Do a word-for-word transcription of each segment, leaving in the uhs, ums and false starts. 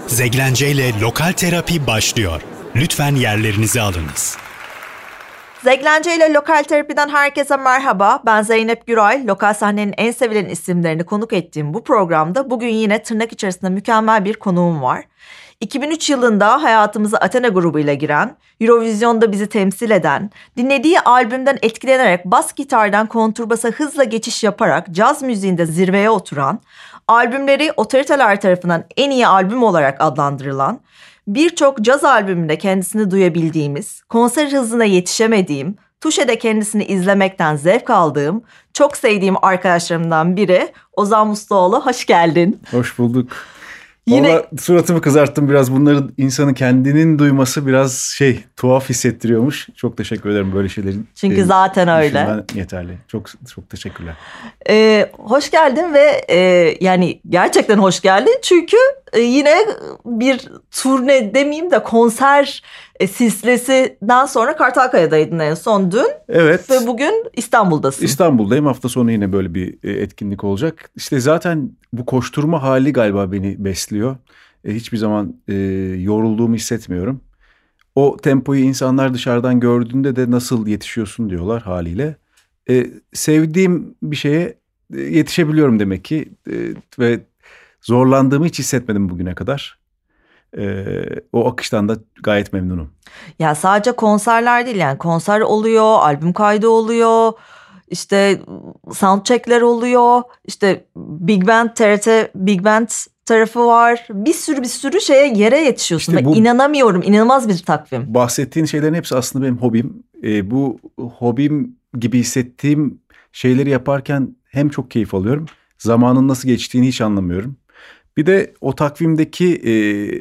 Zeglence ile Lokal Terapi başlıyor. Lütfen yerlerinizi alınız. Zeglence ile Lokal Terapi'den herkese merhaba. Ben Zeynep Güray. Lokal sahnenin en sevilen isimlerini konuk ettiğim bu programda bugün yine tırnak içerisinde mükemmel bir konuğum var. iki bin üç yılında hayatımıza Athena grubuyla giren, Eurovision'da bizi temsil eden, dinlediği albümden etkilenerek bas gitardan konturbasa hızla geçiş yaparak caz müziğinde zirveye oturan, albümleri otoriteler tarafından en iyi albüm olarak adlandırılan, birçok caz albümünde kendisini duyabildiğimiz, konser hızına yetişemediğim, Tuşe'de kendisini izlemekten zevk aldığım, çok sevdiğim arkadaşlarımdan biri Ozan Musluoğlu. Hoş geldin. Hoş bulduk. Yine... Valla suratımı kızarttım biraz. Bunları insanın kendinin duyması biraz şey tuhaf hissettiriyormuş. Çok teşekkür ederim böyle şeylerin. Çünkü e, zaten öyle. Yeterli. Çok çok teşekkürler. Ee, hoş geldin ve e, yani gerçekten hoş geldin. Çünkü e, yine bir turne demeyeyim de konser e, silsilesinden sonra Kartalkaya'daydın en son dün. Evet. Ve bugün İstanbul'dasın. İstanbul'dayım. Hafta sonu yine böyle bir e, etkinlik olacak. İşte zaten bu koşturma hali galiba beni besliyor. E, hiçbir zaman e, yorulduğumu hissetmiyorum. O tempoyu insanlar dışarıdan gördüğünde de nasıl yetişiyorsun diyorlar haliyle. E, sevdiğim bir şeye e, yetişebiliyorum demek ki. E, ve zorlandığımı hiç hissetmedim bugüne kadar. E, o akıştan da gayet memnunum. Ya sadece konserler değil, yani konser oluyor, albüm kaydı oluyor. İşte soundcheckler oluyor. İşte Big Band, T R T Big Band tarafı var. Bir sürü bir sürü şeye yere yetişiyorsun. İşte bu, İnanamıyorum. İnanılmaz bir takvim. Bahsettiğin şeylerin hepsi aslında benim hobim. Ee, bu hobim gibi hissettiğim şeyleri yaparken hem çok keyif alıyorum. Zamanın nasıl geçtiğini hiç anlamıyorum. Bir de o takvimdeki e,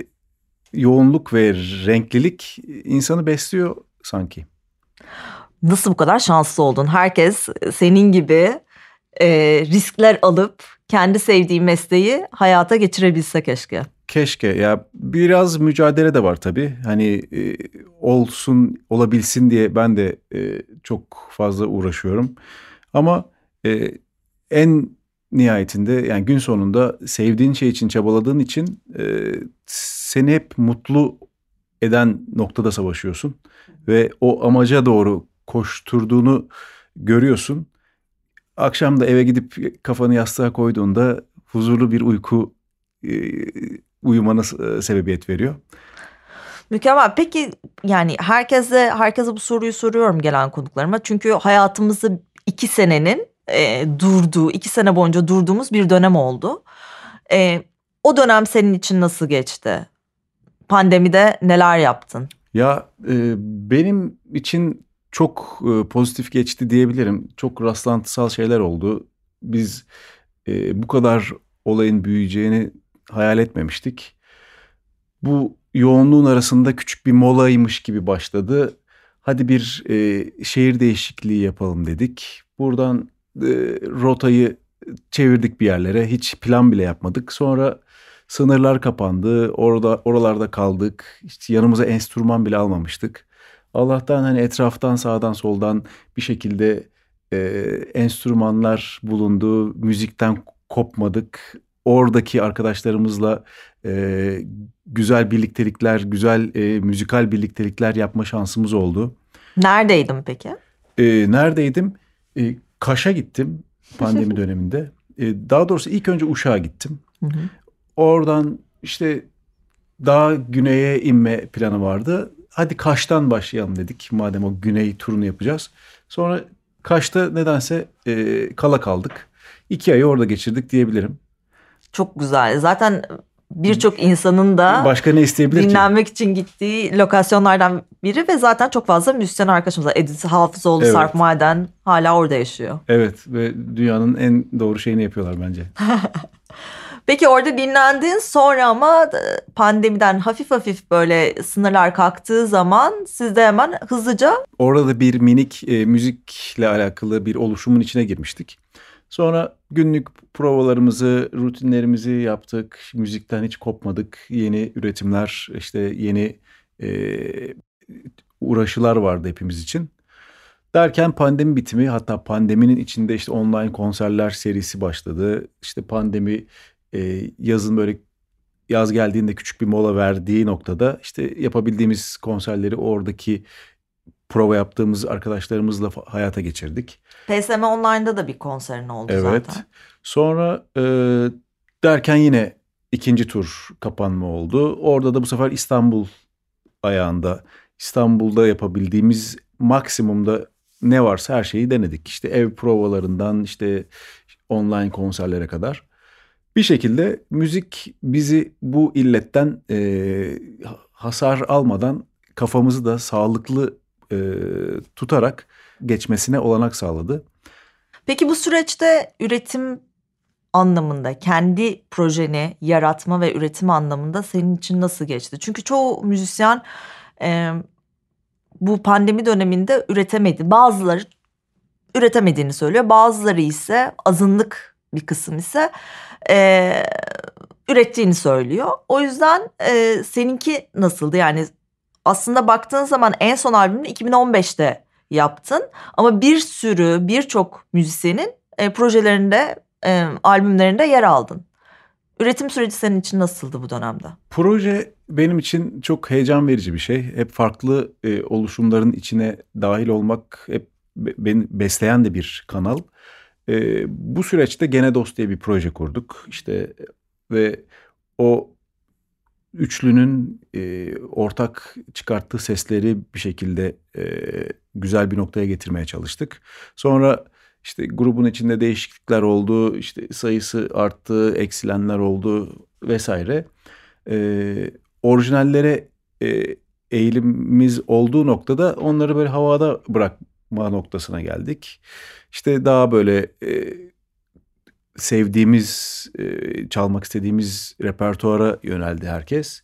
yoğunluk ve renklilik insanı besliyor sanki. Nasıl bu kadar şanslı oldun? Herkes senin gibi e, riskler alıp kendi sevdiği mesleği hayata geçirebilse keşke. Keşke. Ya biraz mücadele de var tabii. Hani e, olsun, olabilsin diye ben de e, çok fazla uğraşıyorum. Ama e, en nihayetinde yani gün sonunda sevdiğin şey için çabaladığın için e, seni hep mutlu eden noktada savaşıyorsun. Ve o amaca doğru koşturduğunu görüyorsun. Akşam da eve gidip kafanı yastığa koyduğunda huzurlu bir uyku e, uyumana e, sebebiyet veriyor. Mükemmel. Peki yani herkese herkese bu soruyu soruyorum gelen konuklarıma. Çünkü hayatımızı iki senenin e, durduğu, iki sene boyunca durduğumuz bir dönem oldu. E, o dönem senin için nasıl geçti? Pandemide neler yaptın? Ya e, benim için çok e, pozitif geçti diyebilirim. Çok rastlantısal şeyler oldu. Biz e, bu kadar olayın büyüyeceğini hayal etmemiştik. Bu yoğunluğun arasında küçük bir molaymış gibi başladı. Hadi bir e, şehir değişikliği yapalım dedik. Buradan e, rotayı çevirdik bir yerlere. Hiç plan bile yapmadık. Sonra sınırlar kapandı. Orada oralarda kaldık. Hiç yanımıza enstrüman bile almamıştık. Allah'tan hani etraftan sağdan soldan bir şekilde e, enstrümanlar bulundu. Müzikten kopmadık. Oradaki arkadaşlarımızla e, güzel birliktelikler, güzel e, müzikal birliktelikler yapma şansımız oldu. Neredeydin peki? E, neredeydim? E, Kaş'a gittim pandemi döneminde. E, daha doğrusu ilk önce Uşak'a gittim. Hı hı. Oradan işte daha güneye inme planı vardı. Hadi Kaş'tan başlayalım dedik. Madem o güney turunu yapacağız. Sonra Kaş'ta nedense e, kala kaldık. İki ayı orada geçirdik diyebilirim. Çok güzel. Zaten birçok insanın da başka ne isteyebilir dinlenmek ki? için gittiği lokasyonlardan biri ve zaten çok fazla müzisyen arkadaşımız var. Edis Hafızoğlu, evet. Sarp Maden hala orada yaşıyor. Evet ve dünyanın en doğru şeyini yapıyorlar bence. Peki orada dinlendin, sonra ama pandemiden hafif hafif böyle sınırlar kalktığı zaman siz de hemen hızlıca... Orada da bir minik e, müzikle alakalı bir oluşumun içine girmiştik. Sonra günlük provalarımızı, rutinlerimizi yaptık. Müzikten hiç kopmadık. Yeni üretimler, işte yeni e, uğraşılar vardı hepimiz için. Derken pandemi bitimi, hatta pandeminin içinde işte online konserler serisi başladı. İşte pandemi e, yazın böyle yaz geldiğinde küçük bir mola verdiği noktada işte yapabildiğimiz konserleri oradaki prova yaptığımız arkadaşlarımızla hayata geçirdik. P S M Online'da da bir konserin oldu evet. zaten. Sonra e, derken yine ikinci tur kapanma oldu. Orada da bu sefer İstanbul ayağında, İstanbul'da yapabildiğimiz maksimumda ne varsa her şeyi denedik. İşte ev provalarından işte online konserlere kadar. Bir şekilde müzik bizi bu illetten e, hasar almadan kafamızı da sağlıklı e, tutarak geçmesine olanak sağladı. Peki bu süreçte üretim anlamında, kendi projeni yaratma ve üretim anlamında senin için nasıl geçti? Çünkü çoğu müzisyen e, bu pandemi döneminde üretemedi. Bazıları üretemediğini söylüyor. Bazıları ise, azınlık bir kısım ise e, ürettiğini söylüyor. O yüzden e, seninki nasıldı? Yani aslında baktığın zaman en son albümünü iki bin on beşte yaptın. Ama bir sürü, birçok müzisyenin e, projelerinde, e, albümlerinde yer aldın. Üretim süreci senin için nasıldı bu dönemde? Proje benim için çok heyecan verici bir şey. Hep farklı e, oluşumların içine dahil olmak hep be, beni besleyen de bir kanal. E, bu süreçte Gene Dost diye bir proje kurduk. İşte ve o üçlünün e, ortak çıkarttığı sesleri bir şekilde e, güzel bir noktaya getirmeye çalıştık. Sonra işte grubun içinde değişiklikler oldu, işte sayısı arttı, eksilenler oldu vesaire. E, orijinallere e, eğilimimiz olduğu noktada onları böyle havada bırakma noktasına geldik. İşte daha böyle e, sevdiğimiz, e, çalmak istediğimiz repertuara yöneldi herkes.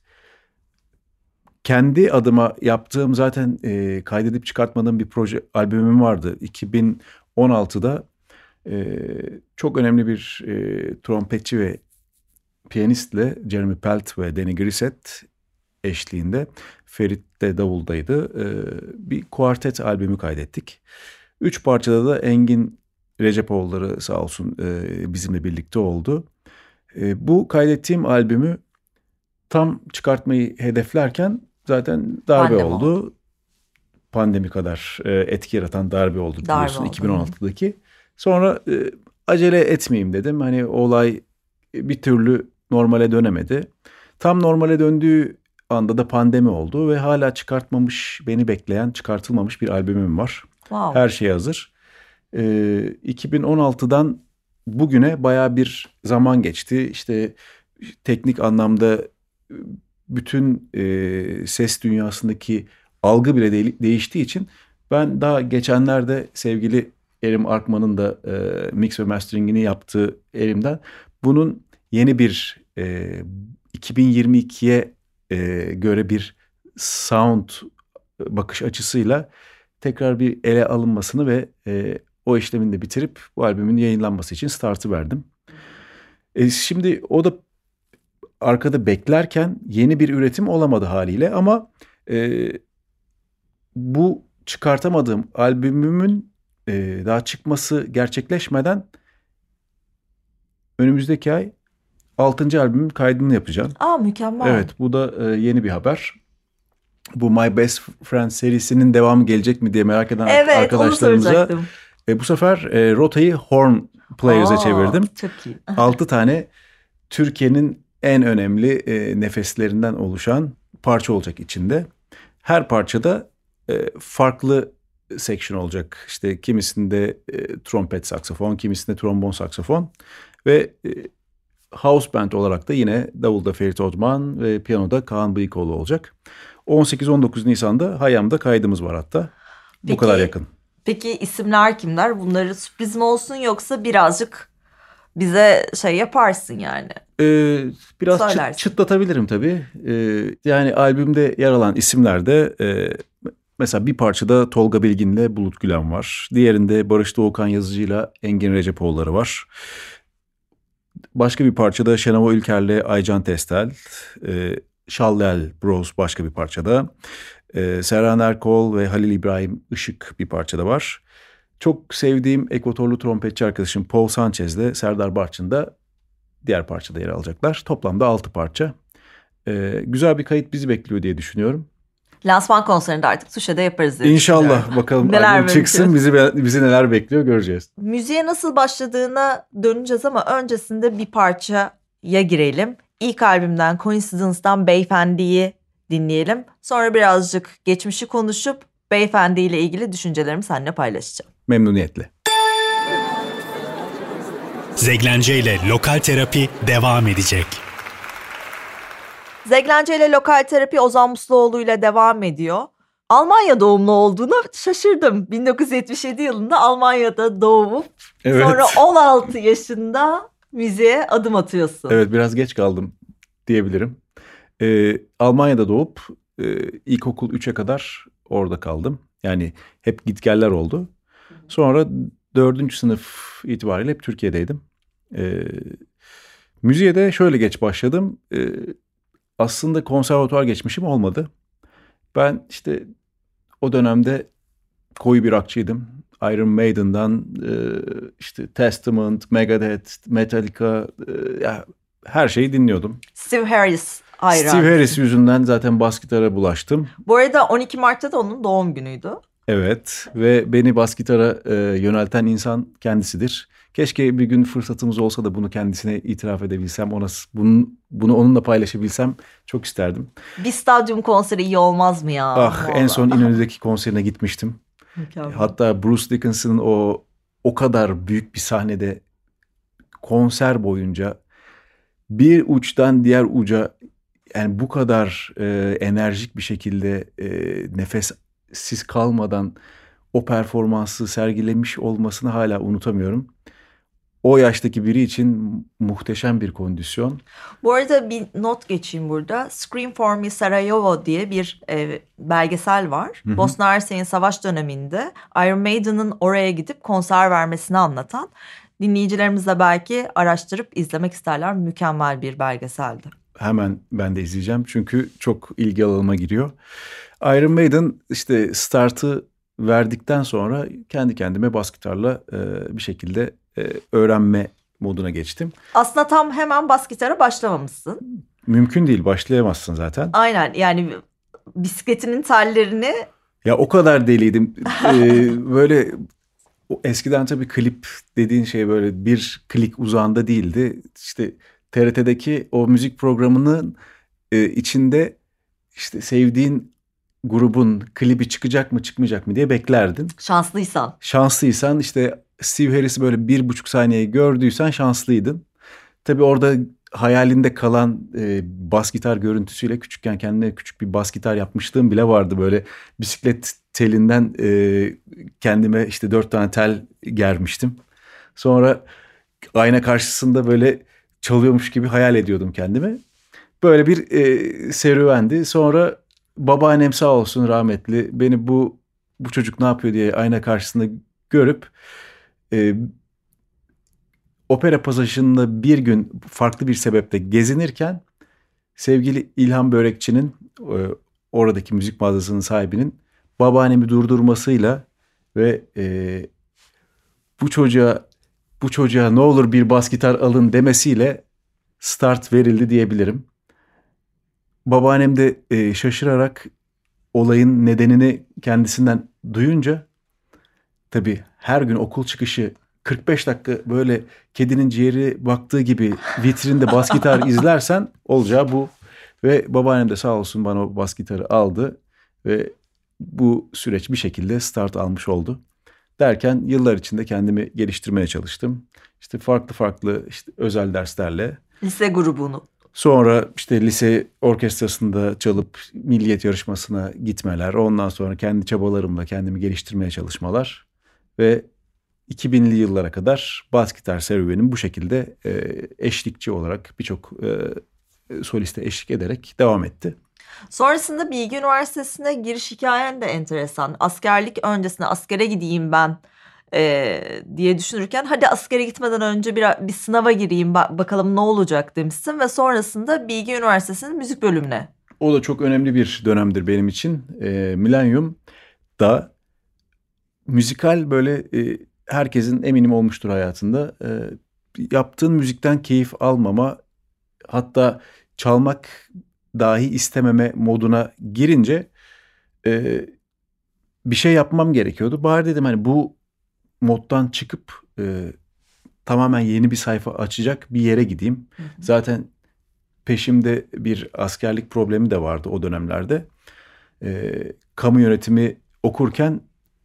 Kendi adıma yaptığım zaten e, kaydedip çıkartmadığım bir proje albümüm vardı. iki bin on altıda e, çok önemli bir e, trompetçi ve piyanistle Jeremy Pelt ve Danny Grissett eşliğinde, Ferit de davuldaydı, e, bir kuartet albümü kaydettik. Üç parçada da Engin Recepoğulları sağ olsun e, bizimle birlikte oldu. E, bu kaydettiğim albümü tam çıkartmayı hedeflerken zaten darbe Pandemi oldu. oldu. Pandemi kadar e, etki yaratan darbe oldu biliyorsun, Darbe oldu. iki bin on altıdaki. Sonra e, acele etmeyeyim dedim. Hani olay bir türlü normale dönemedi. Tam normale döndüğü anda da pandemi oldu ve hala çıkartmamış, beni bekleyen, çıkartılmamış bir albümüm var. Wow. Her şey hazır. E, iki bin on altıdan bugüne bayağı bir zaman geçti. İşte teknik anlamda bütün e, ses dünyasındaki algı bile de- değiştiği için ben daha geçenlerde sevgili Erim Arkman'ın da e, mix ve masteringini yaptığı Erim'den bunun yeni bir e, iki bin yirmi ikiye e, göre bir sound bakış açısıyla tekrar bir ele alınmasını ve e, o işlemini de bitirip bu albümün yayınlanması için startı verdim. E, şimdi o da arkada beklerken yeni bir üretim olamadı haliyle ama e, bu çıkartamadığım albümümün e, daha çıkması gerçekleşmeden önümüzdeki ay altıncı albümün kaydını yapacağım. Aa, mükemmel. Evet, bu da e, yeni bir haber. Bu My Best Friend serisinin devamı gelecek mi diye merak eden Evet, onu arkadaşlarımıza soracaktım. e, bu sefer e, rotayı Horn Players'e Aa, çevirdim. Çok iyi. Altı tane Türkiye'nin en önemli e, nefeslerinden oluşan parça olacak içinde. Her parçada e, farklı section olacak. İşte kimisinde e, trompet saksafon, kimisinde trombon saksafon ve e, house band olarak da yine davulda Ferit Odman ve piyanoda Kaan Bıyıkoğlu olacak. on sekiz on dokuz Nisan'da Hayam'da kaydımız var hatta. Bu Peki, kadar yakın. Peki isimler kimler? Bunları sürpriz mi olsun yoksa birazcık bize şey yaparsın yani? Ee, biraz çıt, Söylersin. çıtlatabilirim tabii. Ee, yani albümde yer alan isimlerde e, mesela bir parçada Tolga Bilgin'le Bulut Gülen var. Diğerinde Barış Doğukan Yazıcı'yla Engin Recepoğulları var. Başka bir parçada Şenova Ülker'le Aycan Testel, e, Şallel Bros başka bir parçada. E, Serhan Erkol ve Halil İbrahim Işık bir parçada var. Çok sevdiğim Ekvatorlu trompetçi arkadaşım Paul Sanchez'le Serdar Barçın da diğer parçada yer alacaklar. Toplamda altı parça. Ee, güzel bir kayıt bizi bekliyor diye düşünüyorum. Lansman konserinde artık Tuşe'de yaparız diye İnşallah bakalım neler albüm çıksın bizi bizi neler bekliyor göreceğiz. Müziğe nasıl başladığına döneceğiz ama öncesinde bir parçaya girelim. İlk albümden Coincidence'dan Beyefendi'yi dinleyelim. Sonra birazcık geçmişi konuşup Beyefendi ile ilgili düşüncelerimi seninle paylaşacağım. Memnuniyetle. Zeglence ile Lokal Terapi devam edecek. Zeglence ile Lokal Terapi Ozan Musluoğlu ile devam ediyor. Almanya doğumlu olduğuna şaşırdım. bin dokuz yüz yetmiş yedi yılında Almanya'da doğup evet. Sonra on altı yaşında müziğe adım atıyorsun. Evet, biraz geç kaldım diyebilirim. Ee, Almanya'da doğup e, ilkokul üçe kadar orada kaldım. Yani hep gitgeller oldu. Sonra dördüncü sınıf itibariyle hep Türkiye'deydim. Ee, müziğe de şöyle geç başladım. Ee, aslında konservatuvar geçmişim olmadı. Ben işte o dönemde koyu bir rockçıydım. Iron Maiden'dan işte Testament, Megadeth, Metallica, ya her şeyi dinliyordum. Steve Harris hayran. Steve Harris yüzünden zaten bas gitara bulaştım. Bu arada on iki Mart'ta da onun doğum günüydü. Evet ve beni bas gitara e, yönelten insan kendisidir. Keşke bir gün fırsatımız olsa da bunu kendisine itiraf edebilsem, ona bunu, bunu onunla paylaşabilsem çok isterdim. Bir stadyum konseri iyi olmaz mı ya? Ah, vallahi. En son İnönü'deki konserine gitmiştim. Mükemmel. Hatta Bruce Dickinson'ın o o kadar büyük bir sahnede konser boyunca bir uçtan diğer uca, yani bu kadar e, enerjik bir şekilde e, nefessiz kalmadan o performansı sergilemiş olmasını hala unutamıyorum. O yaştaki biri için muhteşem bir kondisyon. Bu arada bir not geçeyim burada. Scream for Me Sarajevo diye bir e, belgesel var. Hı hı. Bosna Hersek'in savaş döneminde Iron Maiden'ın oraya gidip konser vermesini anlatan. Dinleyicilerimiz de belki araştırıp izlemek isterler. Mükemmel bir belgeseldi. Hemen ben de izleyeceğim çünkü çok ilgi alanıma giriyor. Iron Maiden işte startı verdikten sonra kendi kendime bas gitarla e, bir şekilde e, öğrenme moduna geçtim. Aslında tam hemen bas gitara başlamamışsın. Mümkün değil, başlayamazsın zaten. Aynen, yani bisikletinin tellerini... Ya o kadar deliydim. ee, böyle o eskiden tabii klip dediğin şey böyle bir klik uzağında değildi. İşte T R T'deki o müzik programının e, içinde işte sevdiğin grubun klibi çıkacak mı çıkmayacak mı diye beklerdin. Şanslıysan. Şanslıysan işte Steve Harris'i böyle bir buçuk saniyeyi gördüysen şanslıydın. Tabii orada hayalinde kalan e, bas gitar görüntüsüyle küçükken kendine küçük bir bas gitar yapmışlığım bile vardı. Böyle bisiklet telinden e, kendime işte dört tane tel germiştim. Sonra ayna karşısında böyle çalıyormuş gibi hayal ediyordum kendimi. Böyle bir e, serüvendi. Sonra babaannem sağ olsun rahmetli beni bu bu çocuk ne yapıyor diye ayna karşısında görüp e, opera pasajında bir gün farklı bir sebeple gezinirken sevgili İlhan Börekçi'nin e, oradaki müzik mağazasının sahibinin babaannemi durdurmasıyla ve e, bu çocuğa bu çocuğa ne olur bir bas gitar alın demesiyle start verildi diyebilirim. Babaannem de e, şaşırarak olayın nedenini kendisinden duyunca, tabii her gün okul çıkışı kırk beş dakika böyle kedinin ciğeri baktığı gibi vitrinde bas gitar izlersen olacağı bu. Ve babaannem de sağ olsun bana o bas gitarı aldı ve bu süreç bir şekilde start almış oldu. Derken yıllar içinde kendimi geliştirmeye çalıştım. İşte farklı farklı işte özel derslerle. Lise grubunu. Sonra işte lise orkestrasında çalıp milliyet yarışmasına gitmeler. Ondan sonra kendi çabalarımla kendimi geliştirmeye çalışmalar. Ve iki binli yıllara kadar bas gitar serüvenim bu şekilde e, eşlikçi olarak birçok e, soliste eşlik ederek devam etti. Sonrasında Bilgi Üniversitesi'ne giriş hikayen de enteresan. Askerlik öncesinde askere gideyim ben e, diye düşünürken hadi askere gitmeden önce bir, bir sınava gireyim bak, bakalım ne olacak demişsin. Ve sonrasında Bilgi Üniversitesi'nin müzik bölümüne. O da çok önemli bir dönemdir benim için. E, Milenyum'da müzikal böyle e, herkesin eminim olmuştur hayatında. E, yaptığın müzikten keyif almama, hatta çalmak dahi istememe moduna girince e, bir şey yapmam gerekiyordu. Bari dedim hani bu moddan çıkıp e, tamamen yeni bir sayfa açacak bir yere gideyim. Hı hı. Zaten peşimde bir askerlik problemi de vardı o dönemlerde. E, kamu yönetimi okurken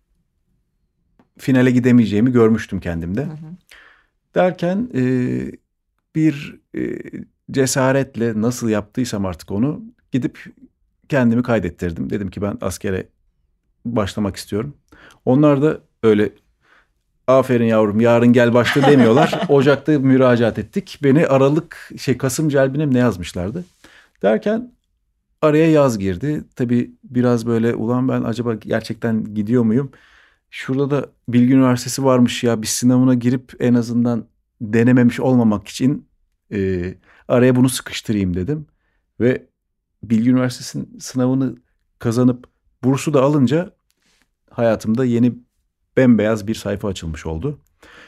finale gidemeyeceğimi görmüştüm kendimde. Hı hı. Derken e, bir e, cesaretle nasıl yaptıysam artık onu gidip kendimi kaydettirdim. Dedim ki ben askere başlamak istiyorum. Onlar da öyle aferin yavrum yarın gel başla demiyorlar. Ocak'ta müracaat ettik. Beni Aralık şey Kasım celbine ne yazmışlardı. Derken araya yaz girdi. Tabii biraz böyle ulan ben acaba gerçekten gidiyor muyum? Şurada da Bilgi Üniversitesi varmış ya bir sınavına girip en azından denememiş olmamak için e, araya bunu sıkıştırayım dedim. Ve Bilgi Üniversitesi'nin sınavını kazanıp bursu da alınca hayatımda yeni bembeyaz bir sayfa açılmış oldu.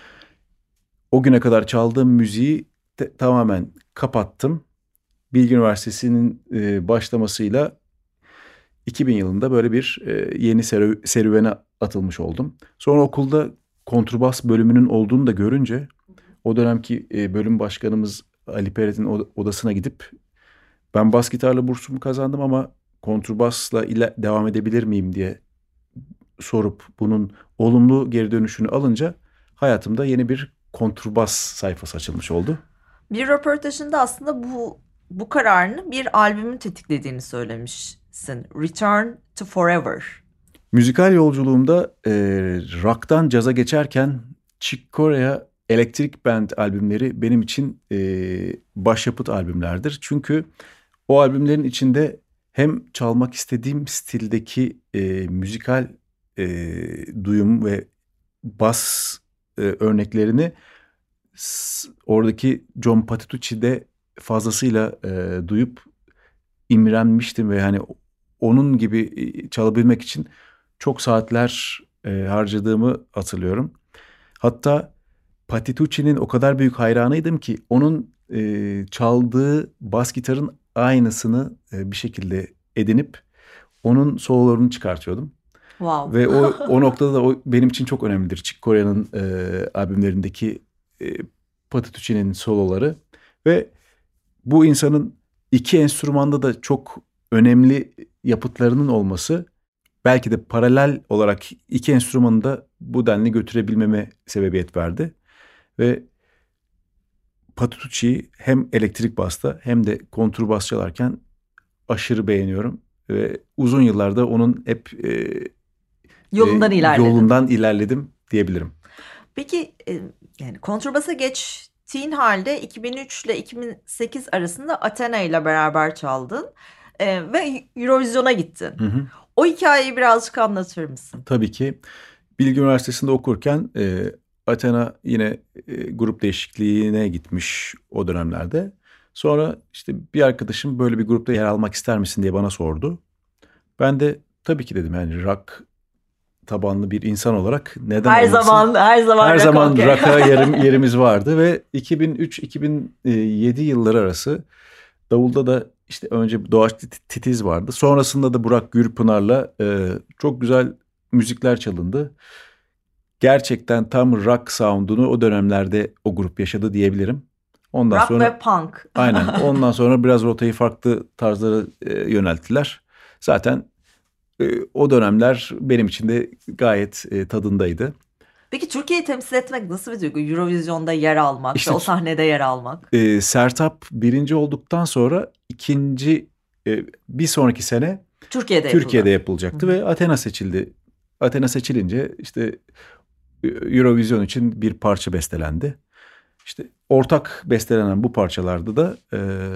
O güne kadar çaldığım müziği te- tamamen kapattım. Bilgi Üniversitesi'nin e, başlamasıyla iki bin yılında böyle bir e, yeni serü- serüvene atılmış oldum. Sonra okulda kontrbas bölümünün olduğunu da görünce o dönemki e, bölüm başkanımız Ali Peret'in odasına gidip ben bas gitarla bursumu kazandım ama kontrbasla ile devam edebilir miyim diye sorup bunun olumlu geri dönüşünü alınca hayatımda yeni bir kontrbas sayfası açılmış oldu. Bir röportajında aslında bu bu kararını bir albümün tetiklediğini söylemişsin. Return to Forever. Müzikal yolculuğumda e, rock'tan caza geçerken Chick Corea Electric Band albümleri benim için e, başyapıt albümlerdir. Çünkü o albümlerin içinde hem çalmak istediğim stildeki e, müzikal e, duyum ve bas e, örneklerini s- oradaki John Patitucci'de fazlasıyla e, duyup imrenmiştim ve hani onun gibi çalabilmek için çok saatler e, harcadığımı hatırlıyorum. Hatta Patitucci'nin o kadar büyük hayranıydım ki onun e, çaldığı bas gitarın aynısını e, bir şekilde edinip onun sololarını çıkartıyordum. Wow. Ve o o noktada da o benim için çok önemlidir. Chick Corea'nın e, albümlerindeki e, Patitucci'nin soloları ve bu insanın iki enstrümanda da çok önemli yapıtlarının olması belki de paralel olarak iki enstrümanı da bu denli götürebilmeme sebebiyet verdi. Ve Patitucci'yi hem elektrik basta hem de kontrbas çalarken aşırı beğeniyorum. Ve uzun yıllarda onun hep e, yolundan e, ilerledim. Yolundan ilerledim diyebilirim. Peki e, yani kontrbasa geçtiğin halde iki bin üç ile iki bin sekiz arasında Athena ile beraber çaldın e, ve Eurovision'a gittin. Hı hı. O hikayeyi birazcık anlatır mısın? Tabii ki. Bilgi Üniversitesi'nde okurken e, Athena yine e, grup değişikliğine gitmiş o dönemlerde. Sonra işte bir arkadaşım böyle bir grupta yer almak ister misin diye bana sordu. Ben de tabii ki dedim yani rock tabanlı bir insan olarak neden her olmasın? Zaman, her zaman her rock zaman okay. rock'a yerim, yerimiz vardı ve iki bin üç iki bin yedi yılları arası davulda da işte önce Doğaç Titiz vardı. Sonrasında da Burak Gürpınar'la e, çok güzel müzikler çalındı. Gerçekten tam rock sound'unu o dönemlerde o grup yaşadı diyebilirim. Ondan rock sonra ve punk. Aynen. Ondan sonra biraz rotayı farklı tarzlara e, yönelttiler. Zaten e, o dönemler benim için de gayet e, tadındaydı. Peki Türkiye'yi temsil etmek nasıl bir duygu? Eurovision'da yer almak işte, ve o sahnede yer almak. E, Sertab birinci olduktan sonra ikinci e, bir sonraki sene Türkiye'de, Türkiye'de yapılacaktı Hı-hı. ve Athena seçildi. Athena seçilince işte Eurovision için bir parça bestelendi. İşte ortak bestelenen bu parçalarda da e,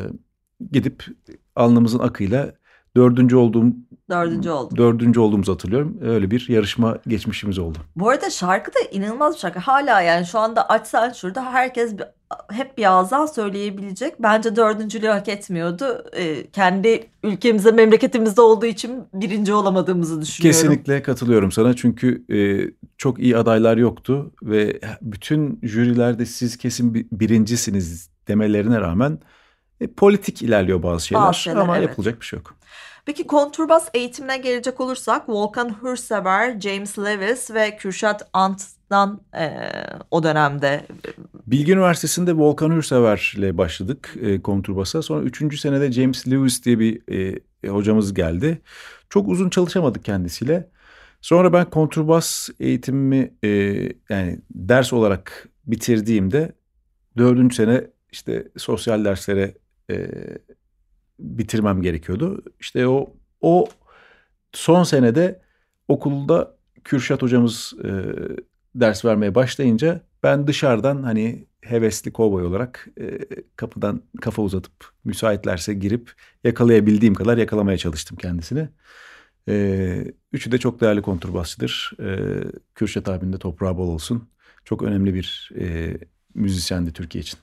gidip alnımızın akıyla dördüncü olduğum dördüncü oldum. Dördüncü olduğumuzu hatırlıyorum. Öyle bir yarışma geçmişimiz oldu. Bu arada şarkı da inanılmaz bir şarkı. Hala yani şu anda açsan şurada herkes bir, hep bir ağızdan söyleyebilecek. Bence dördüncülüğü hak etmiyordu. Ee, kendi ülkemizde, memleketimizde olduğu için birinci olamadığımızı düşünüyorum. Kesinlikle katılıyorum sana. Çünkü e, çok iyi adaylar yoktu ve bütün jürilerde siz kesin birincisiniz demelerine rağmen E, politik ilerliyor bazı şeyler, Bazı şeyler, ama evet. yapılacak bir şey yok. Peki kontrbas eğitimine gelecek olursak Volkan Hürsever, James Lewis ve Kürşat Ant'dan e, o dönemde. Bilgi Üniversitesi'nde Volkan Hürsever'le başladık e, kontrbasa. Sonra üçüncü senede James Lewis diye bir e, hocamız geldi. Çok uzun çalışamadık kendisiyle. Sonra ben kontrbas eğitimimi e, yani ders olarak bitirdiğimde dördüncü sene işte sosyal derslere e, bitirmem gerekiyordu. İşte o o son senede okulda Kürşat hocamız e, ders vermeye başlayınca ben dışarıdan hani hevesli kovboy olarak e, kapıdan kafa uzatıp müsaitlerse girip yakalayabildiğim kadar yakalamaya çalıştım kendisini. E, üçü de çok değerli kontrbasçıdır. E, Kürşat abinin de toprağı bol olsun. Çok önemli bir e, müzisyendi Türkiye için.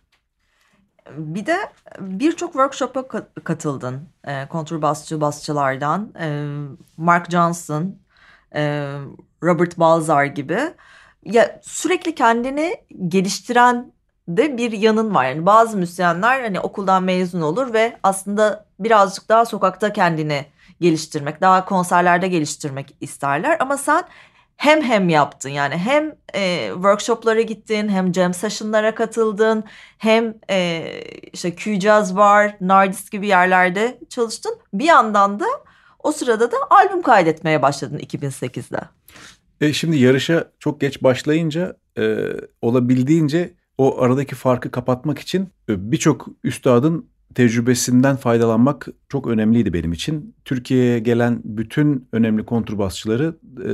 Bir de birçok workshop'a ka- katıldın e, kontrbasçı basçılardan. E, Mark Johnson, e, Robert Balzar gibi. Ya sürekli kendini geliştiren de bir yanın var. Yani bazı müzisyenler hani okuldan mezun olur ve aslında birazcık daha sokakta kendini geliştirmek, daha konserlerde geliştirmek isterler. Ama sen hem hem yaptın, yani hem e, workshoplara gittin, hem jam session'lara katıldın, hem e, işte Q-Jazz var, Nardis gibi yerlerde çalıştın. Bir yandan da o sırada da albüm kaydetmeye başladın iki bin sekizde. E şimdi yarışa çok geç başlayınca e, olabildiğince o aradaki farkı kapatmak için e, birçok üstadın tecrübesinden faydalanmak çok önemliydi benim için. Türkiye'ye gelen bütün önemli kontrbasçıları e,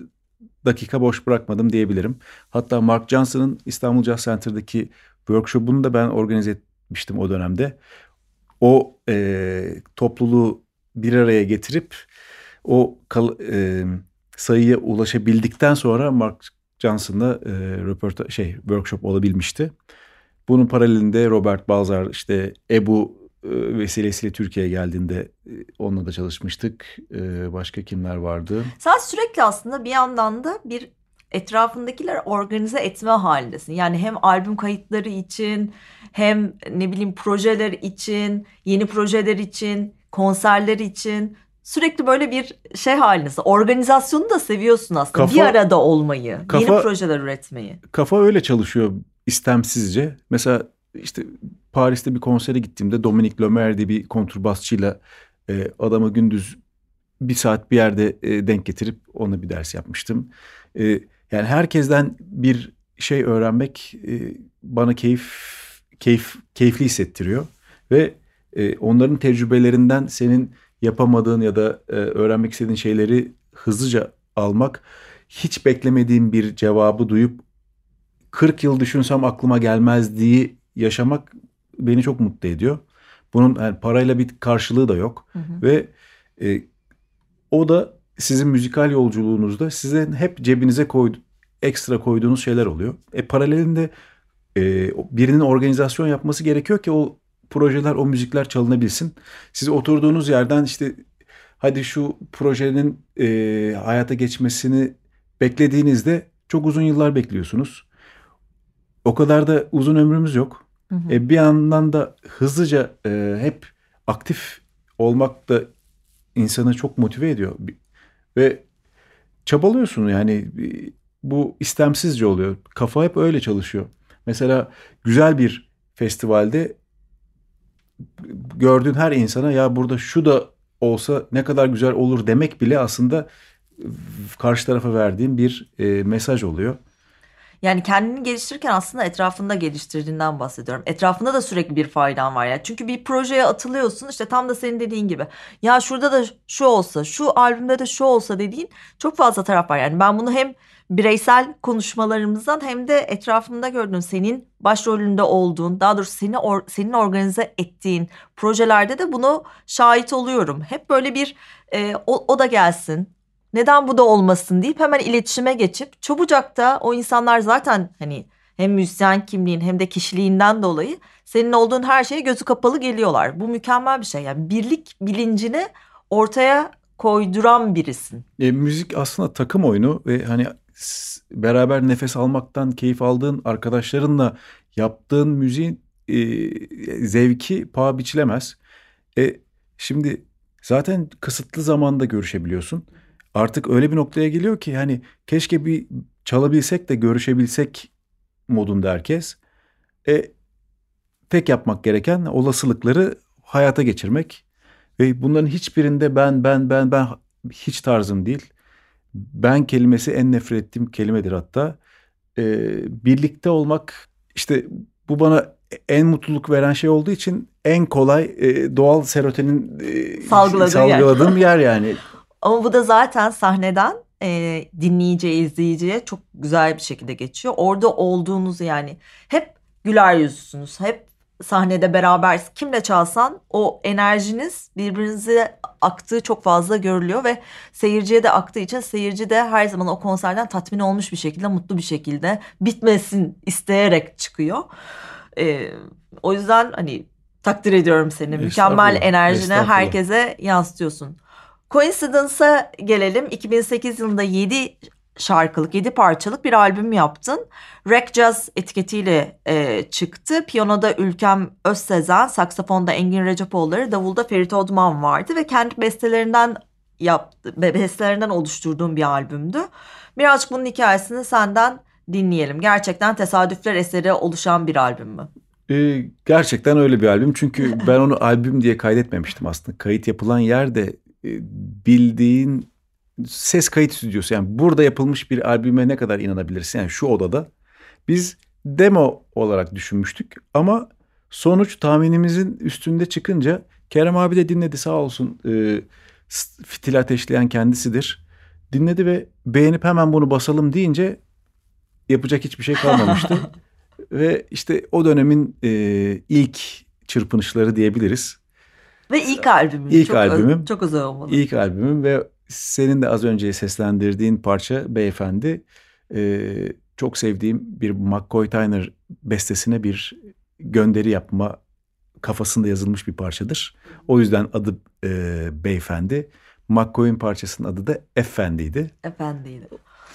dakika boş bırakmadım diyebilirim. Hatta Mark Johnson'ın İstanbul Jazz Center'daki workshop'unu da ben organize etmiştim o dönemde. O e, topluluğu bir araya getirip o kal, e, sayıya ulaşabildikten sonra Mark Johnson'la e, röportaj şey workshop olabilmişti. Bunun paralelinde Robert Balzar, işte Ebu e, vesilesiyle Türkiye'ye geldiğinde e, onunla da çalışmıştık. E, başka kimler vardı? Sen sürekli aslında bir yandan da bir etrafındakileri organize etme halindesin. Yani hem albüm kayıtları için, hem ne bileyim projeler için, yeni projeler için, konserler için sürekli böyle bir şey halindesin. Organizasyonu da seviyorsun aslında. Kafa- bir arada olmayı, kafa- yeni projeler üretmeyi. Kafa öyle çalışıyor istemsizce. Mesela işte Paris'te bir konsere gittiğimde Dominique Lomer diye bir kontrbasçıyla e, adamı gündüz bir saat bir yerde e, denk getirip ona bir ders yapmıştım. E, yani herkesten bir şey öğrenmek e, bana keyif keyif keyifli hissettiriyor ve e, onların tecrübelerinden senin yapamadığın ya da e, öğrenmek istediğin şeyleri hızlıca almak, hiç beklemediğim bir cevabı duyup kırk yıl düşünsem aklıma gelmezdiği yaşamak beni çok mutlu ediyor. Bunun yani parayla bir karşılığı da yok. Hı hı. Ve e, o da sizin müzikal yolculuğunuzda sizin hep cebinize koydu, ekstra koyduğunuz şeyler oluyor. E paralelinde e, birinin organizasyon yapması gerekiyor ki o projeler, o müzikler çalınabilsin. Siz oturduğunuz yerden işte hadi şu projenin e, hayata geçmesini beklediğinizde çok uzun yıllar bekliyorsunuz. O kadar da uzun ömrümüz yok. Hı hı. E, bir yandan da hızlıca e, hep aktif olmak da insanı çok motive ediyor. Ve çabalıyorsun yani, bu istemsizce oluyor. Kafa hep öyle çalışıyor. Mesela güzel bir festivalde gördüğün her insana ya burada şu da olsa ne kadar güzel olur demek bile aslında karşı tarafa verdiğin bir e, mesaj oluyor. Yani kendini geliştirirken aslında etrafında geliştirdiğinden bahsediyorum. Etrafında da sürekli bir faydan var ya. Çünkü bir projeye atılıyorsun, işte tam da senin dediğin gibi. Ya şurada da şu olsa, şu albümde de şu olsa dediğin çok fazla taraf var. Yani ben bunu hem bireysel konuşmalarımızdan hem de etrafımda gördüğüm, senin başrolünde olduğun, daha doğrusu seni or, senin organize ettiğin projelerde de bunu şahit oluyorum. Hep böyle bir e, o, o da gelsin, neden bu da olmasın deyip hemen iletişime geçip çabucak da o insanlar zaten hani hem müzisyen kimliğin hem de kişiliğinden dolayı senin olduğun her şeye gözü kapalı geliyorlar. Bu mükemmel bir şey. Yani birlik bilincini ortaya koyduran birisin. E, müzik aslında takım oyunu ve hani s- beraber nefes almaktan keyif aldığın arkadaşlarınla yaptığın müziğin e, zevki paha biçilemez. E, şimdi zaten kısıtlı zamanda görüşebiliyorsun. Artık öyle bir noktaya geliyor ki hani keşke bir çalabilsek de görüşebilsek modunda herkes. E, tek yapmak gereken olasılıkları hayata geçirmek. Ve bunların hiçbirinde ben ben ben ben hiç tarzım değil. Ben kelimesi en nefret ettiğim kelimedir hatta. Ee, birlikte olmak işte bu bana en mutluluk veren şey olduğu için en kolay e, doğal serotonin e, Salgıladığın salgıladığım yer. yer yani. Ama bu da zaten sahneden e, dinleyiciye, izleyiciye çok güzel bir şekilde geçiyor. Orada olduğunuzu yani hep güler yüzlüsünüz. Hep sahnede beraber kimle çalsan o enerjiniz birbirinize aktığı çok fazla görülüyor ve seyirciye de aktığı için seyirci de her zaman o konserden tatmin olmuş bir şekilde, mutlu bir şekilde bitmesin isteyerek çıkıyor. E, o yüzden hani takdir ediyorum seni. Mükemmel enerjini herkese yansıtıyorsun. Coincidence'a gelelim. iki bin sekiz yılında yedi şarkılık, yedi parçalık bir albüm yaptın. Rock Jazz etiketiyle e, çıktı. Piyanoda Ülkem Özsezen, saksafonda Engin Recepoğulları, davulda Ferit Odman vardı ve kendi bestelerinden yaptı, bestelerinden oluşturduğum bir albümdü. Birazcık bunun hikayesini senden dinleyelim. Gerçekten tesadüfler eseri oluşan bir albüm mü? Ee, gerçekten öyle bir albüm. Çünkü ben onu albüm diye kaydetmemiştim aslında. Kayıt yapılan yer de e, bildiğin ses kayıt stüdyosu. Yani burada yapılmış bir albüme ne kadar inanabilirsin? Yani şu odada. Biz demo olarak düşünmüştük ama sonuç tahminimizin üstünde çıkınca Kerem abi de dinledi sağ olsun. E, fitil ateşleyen kendisidir. Dinledi ve beğenip hemen bunu basalım deyince yapacak hiçbir şey kalmamıştı. Ve işte o dönemin e, ilk çırpınışları diyebiliriz. Ve ilk albümüm. İlk çok albümüm. Öz, çok özel olmalı. İlk albümüm ve senin de az önce seslendirdiğin parça Beyefendi. E, çok sevdiğim bir McCoy Tyner bestesine bir gönderi yapma kafasında yazılmış bir parçadır. O yüzden adı e, Beyefendi. McCoy'un parçasının adı da Efendi'ydi. Efendi'ydi.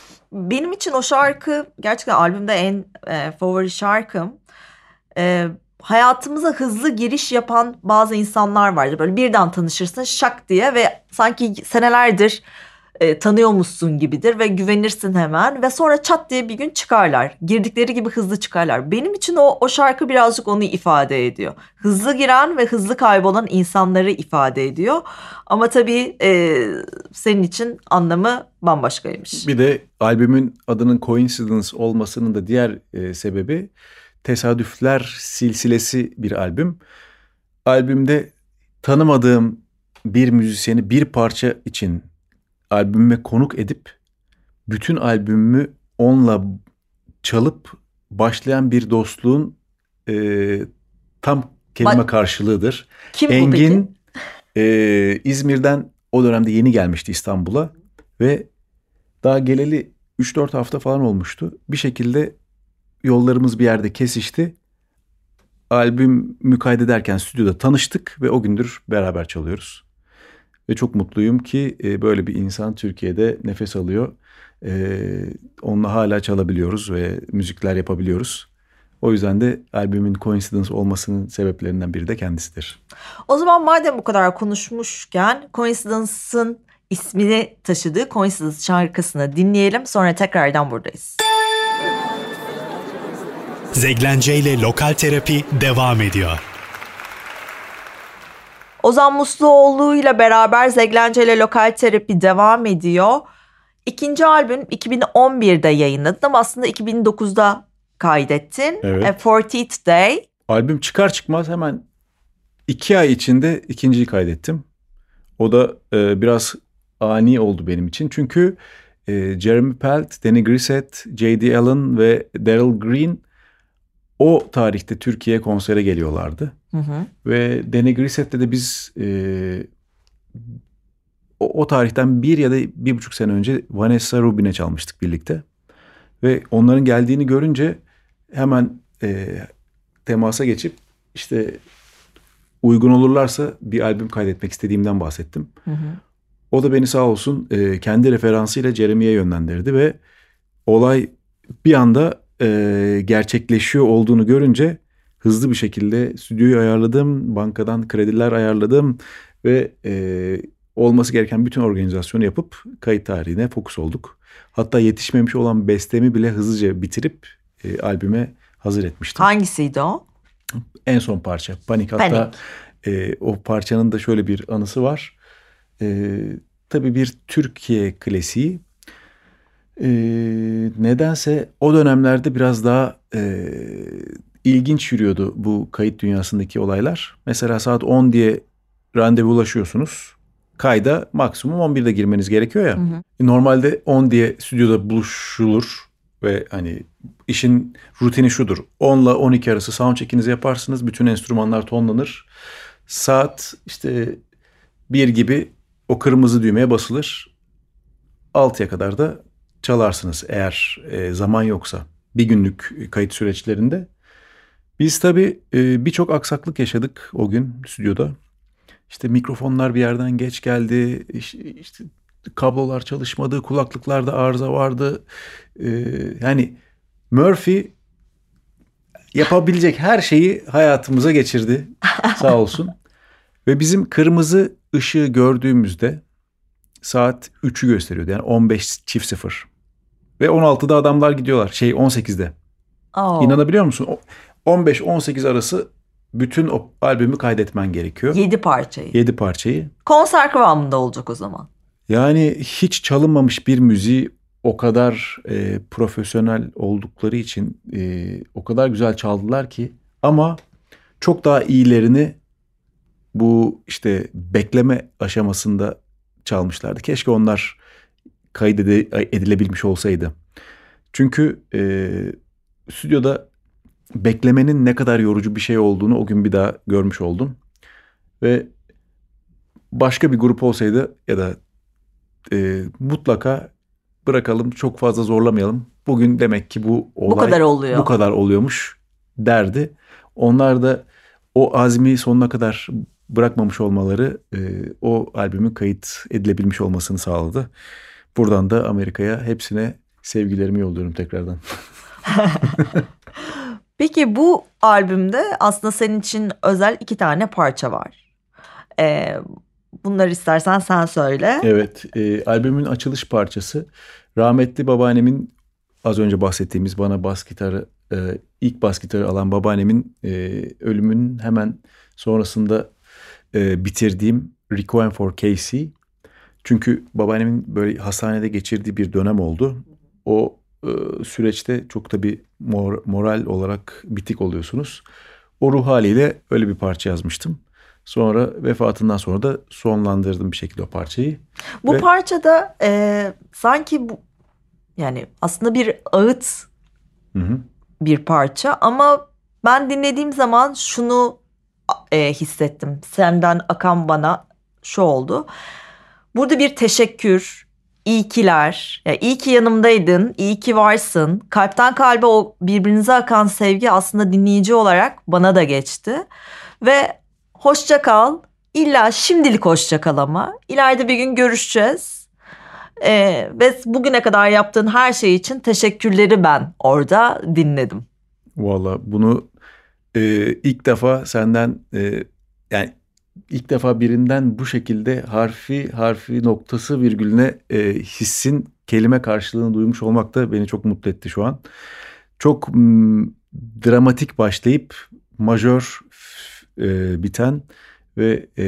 Benim için o şarkı gerçekten albümde en e, favori şarkım. E, hayatımıza hızlı giriş yapan bazı insanlar vardır. Böyle birden tanışırsın şak diye ve sanki senelerdir e, tanıyormuşsun gibidir ve güvenirsin hemen. Ve sonra çat diye bir gün çıkarlar. Girdikleri gibi hızlı çıkarlar. Benim için o, o şarkı birazcık onu ifade ediyor. Hızlı giren ve hızlı kaybolan insanları ifade ediyor. Ama tabii e, senin için anlamı bambaşkaymış. Bir de albümün adının Coincidence olmasının da diğer e, sebebi tesadüfler silsilesi bir albüm. Albümde tanımadığım bir müzisyeni bir parça için albümüme konuk edip bütün albümümü onunla çalıp başlayan bir dostluğun e, tam kelime Bak, karşılığıdır. Kim Engin e, İzmir'den o dönemde yeni gelmişti İstanbul'a ve daha geleli üç dört hafta falan olmuştu. Bir şekilde yollarımız bir yerde kesişti. Albümü kaydederken stüdyoda tanıştık ve o gündür beraber çalıyoruz. Ve çok mutluyum ki e, böyle bir insan Türkiye'de nefes alıyor. E, onunla hala çalabiliyoruz ve müzikler yapabiliyoruz. O yüzden de albümün Coincidence olmasının sebeplerinden biri de kendisidir. O zaman madem bu kadar konuşmuşken Coincidence'ın ismini taşıdığı Coincidence şarkısını dinleyelim. Sonra tekrardan buradayız. Zeglence ile Lokal Terapi devam ediyor. Ozan Musluoğlu ile beraber Zeglence ile Lokal Terapi devam ediyor. İkinci albüm iki bin on birde yayınladın ama aslında iki bin dokuzda kaydettin. Evet. A fortieth Day. Albüm çıkar çıkmaz hemen iki ay içinde ikinciyi kaydettim. O da e, biraz ani oldu benim için. Çünkü e, Jeremy Pelt, Danny Grissett, J D Allen ve Daryl Green o tarihte Türkiye'ye konsere geliyorlardı. Hı hı. Ve Danny Grissett'le de biz e, o, o tarihten bir ya da bir buçuk sene önce Vanessa Rubin'e çalmıştık birlikte. Ve onların geldiğini görünce hemen e, temasa geçip işte uygun olurlarsa bir albüm kaydetmek istediğimden bahsettim. Hı hı. O da beni sağ olsun e, kendi referansıyla Jeremy'ye yönlendirdi ve olay bir anda e, gerçekleşiyor olduğunu görünce hızlı bir şekilde stüdyoyu ayarladım. Bankadan krediler ayarladım ve e, olması gereken bütün organizasyonu yapıp kayıt tarihine fokus olduk. Hatta yetişmemiş olan bestemi bile hızlıca bitirip e, albüme hazır etmiştim. Hangisiydi o? En son parça Panik. Hatta Panik. E, o parçanın da şöyle bir anısı var. E, tabii bir Türkiye klasiği. E, nedense o dönemlerde biraz daha e, ilginç yürüyordu bu kayıt dünyasındaki olaylar. Mesela saat on diye randevulaşıyorsunuz. Kayda maksimum on birde girmeniz gerekiyor ya. Hı hı. Normalde on diye stüdyoda buluşulur ve hani işin rutini şudur. on ile on iki arası soundcheck'inizi yaparsınız. Bütün enstrümanlar tonlanır. Saat işte bir gibi o kırmızı düğmeye basılır. altıya kadar da çalarsınız eğer e, zaman yoksa. Bir günlük kayıt süreçlerinde. Biz tabii e, birçok aksaklık yaşadık o gün stüdyoda. İşte mikrofonlar bir yerden geç geldi. İşte, işte kablolar çalışmadı. Kulaklıklarda arıza vardı. E, yani Murphy yapabilecek her şeyi hayatımıza geçirdi. Sağ olsun. Ve bizim kırmızı ışığı gördüğümüzde saat üçü gösteriyordu. Yani on beş çift sıfır. Ve on altıda adamlar gidiyorlar. Şey on sekizde. Oh. İnanabiliyor musun? on beş on sekiz arası bütün o albümü kaydetmen gerekiyor. Yedi parçayı. Yedi parçayı. Konser kıvamında olacak o zaman. Yani hiç çalınmamış bir müziği o kadar e, profesyonel oldukları için e, o kadar güzel çaldılar ki. Ama çok daha iyilerini bu işte bekleme aşamasında çalmışlardı. Keşke onlar kaydedilebilmiş olsaydı. Çünkü e, stüdyoda beklemenin ne kadar yorucu bir şey olduğunu o gün bir daha görmüş oldum. Ve başka bir grup olsaydı ya da e, mutlaka bırakalım, çok fazla zorlamayalım. Bugün demek ki bu olay bu kadar oluyor. Bu kadar oluyormuş derdi. Onlar da o azmi sonuna kadar bırakmamış olmaları e, o albümün kayıt edilebilmiş olmasını sağladı. Buradan da Amerika'ya hepsine sevgilerimi yolluyorum tekrardan. Peki bu albümde aslında senin için özel iki tane parça var. Ee, bunları istersen sen söyle. Evet, e, albümün açılış parçası rahmetli babaannemin, az önce bahsettiğimiz bana bas gitarı, e, ilk bas gitarı alan babaannemin e, ölümünün hemen sonrasında e, bitirdiğim Requiem for Casey. Çünkü babaannemin böyle hastanede geçirdiği bir dönem oldu. O e, süreçte çok tabii mor, moral olarak bitik oluyorsunuz. O ruh haliyle öyle bir parça yazmıştım. Sonra vefatından sonra da sonlandırdım bir şekilde o parçayı. Bu Ve... parçada e, sanki bu yani aslında bir ağıt hı hı. bir parça ama ben dinlediğim zaman şunu e, hissettim. Senden akan bana şu oldu. Burada bir teşekkür, iyi kiler, yani iyi ki yanımdaydın, iyi ki varsın. Kalpten kalbe o birbirinize akan sevgi aslında dinleyici olarak bana da geçti. Ve hoşça kal, illa şimdilik hoşça kal ama ileride bir gün görüşeceğiz. Ee, ve bugüne kadar yaptığın her şey için teşekkürleri ben orada dinledim. Vallahi bunu e, ilk defa senden e, yani ilk defa birinden bu şekilde harfi harfi noktası virgülüne e, hissin kelime karşılığını duymuş olmak da beni çok mutlu etti şu an. Çok m, dramatik başlayıp majör e, biten ve e,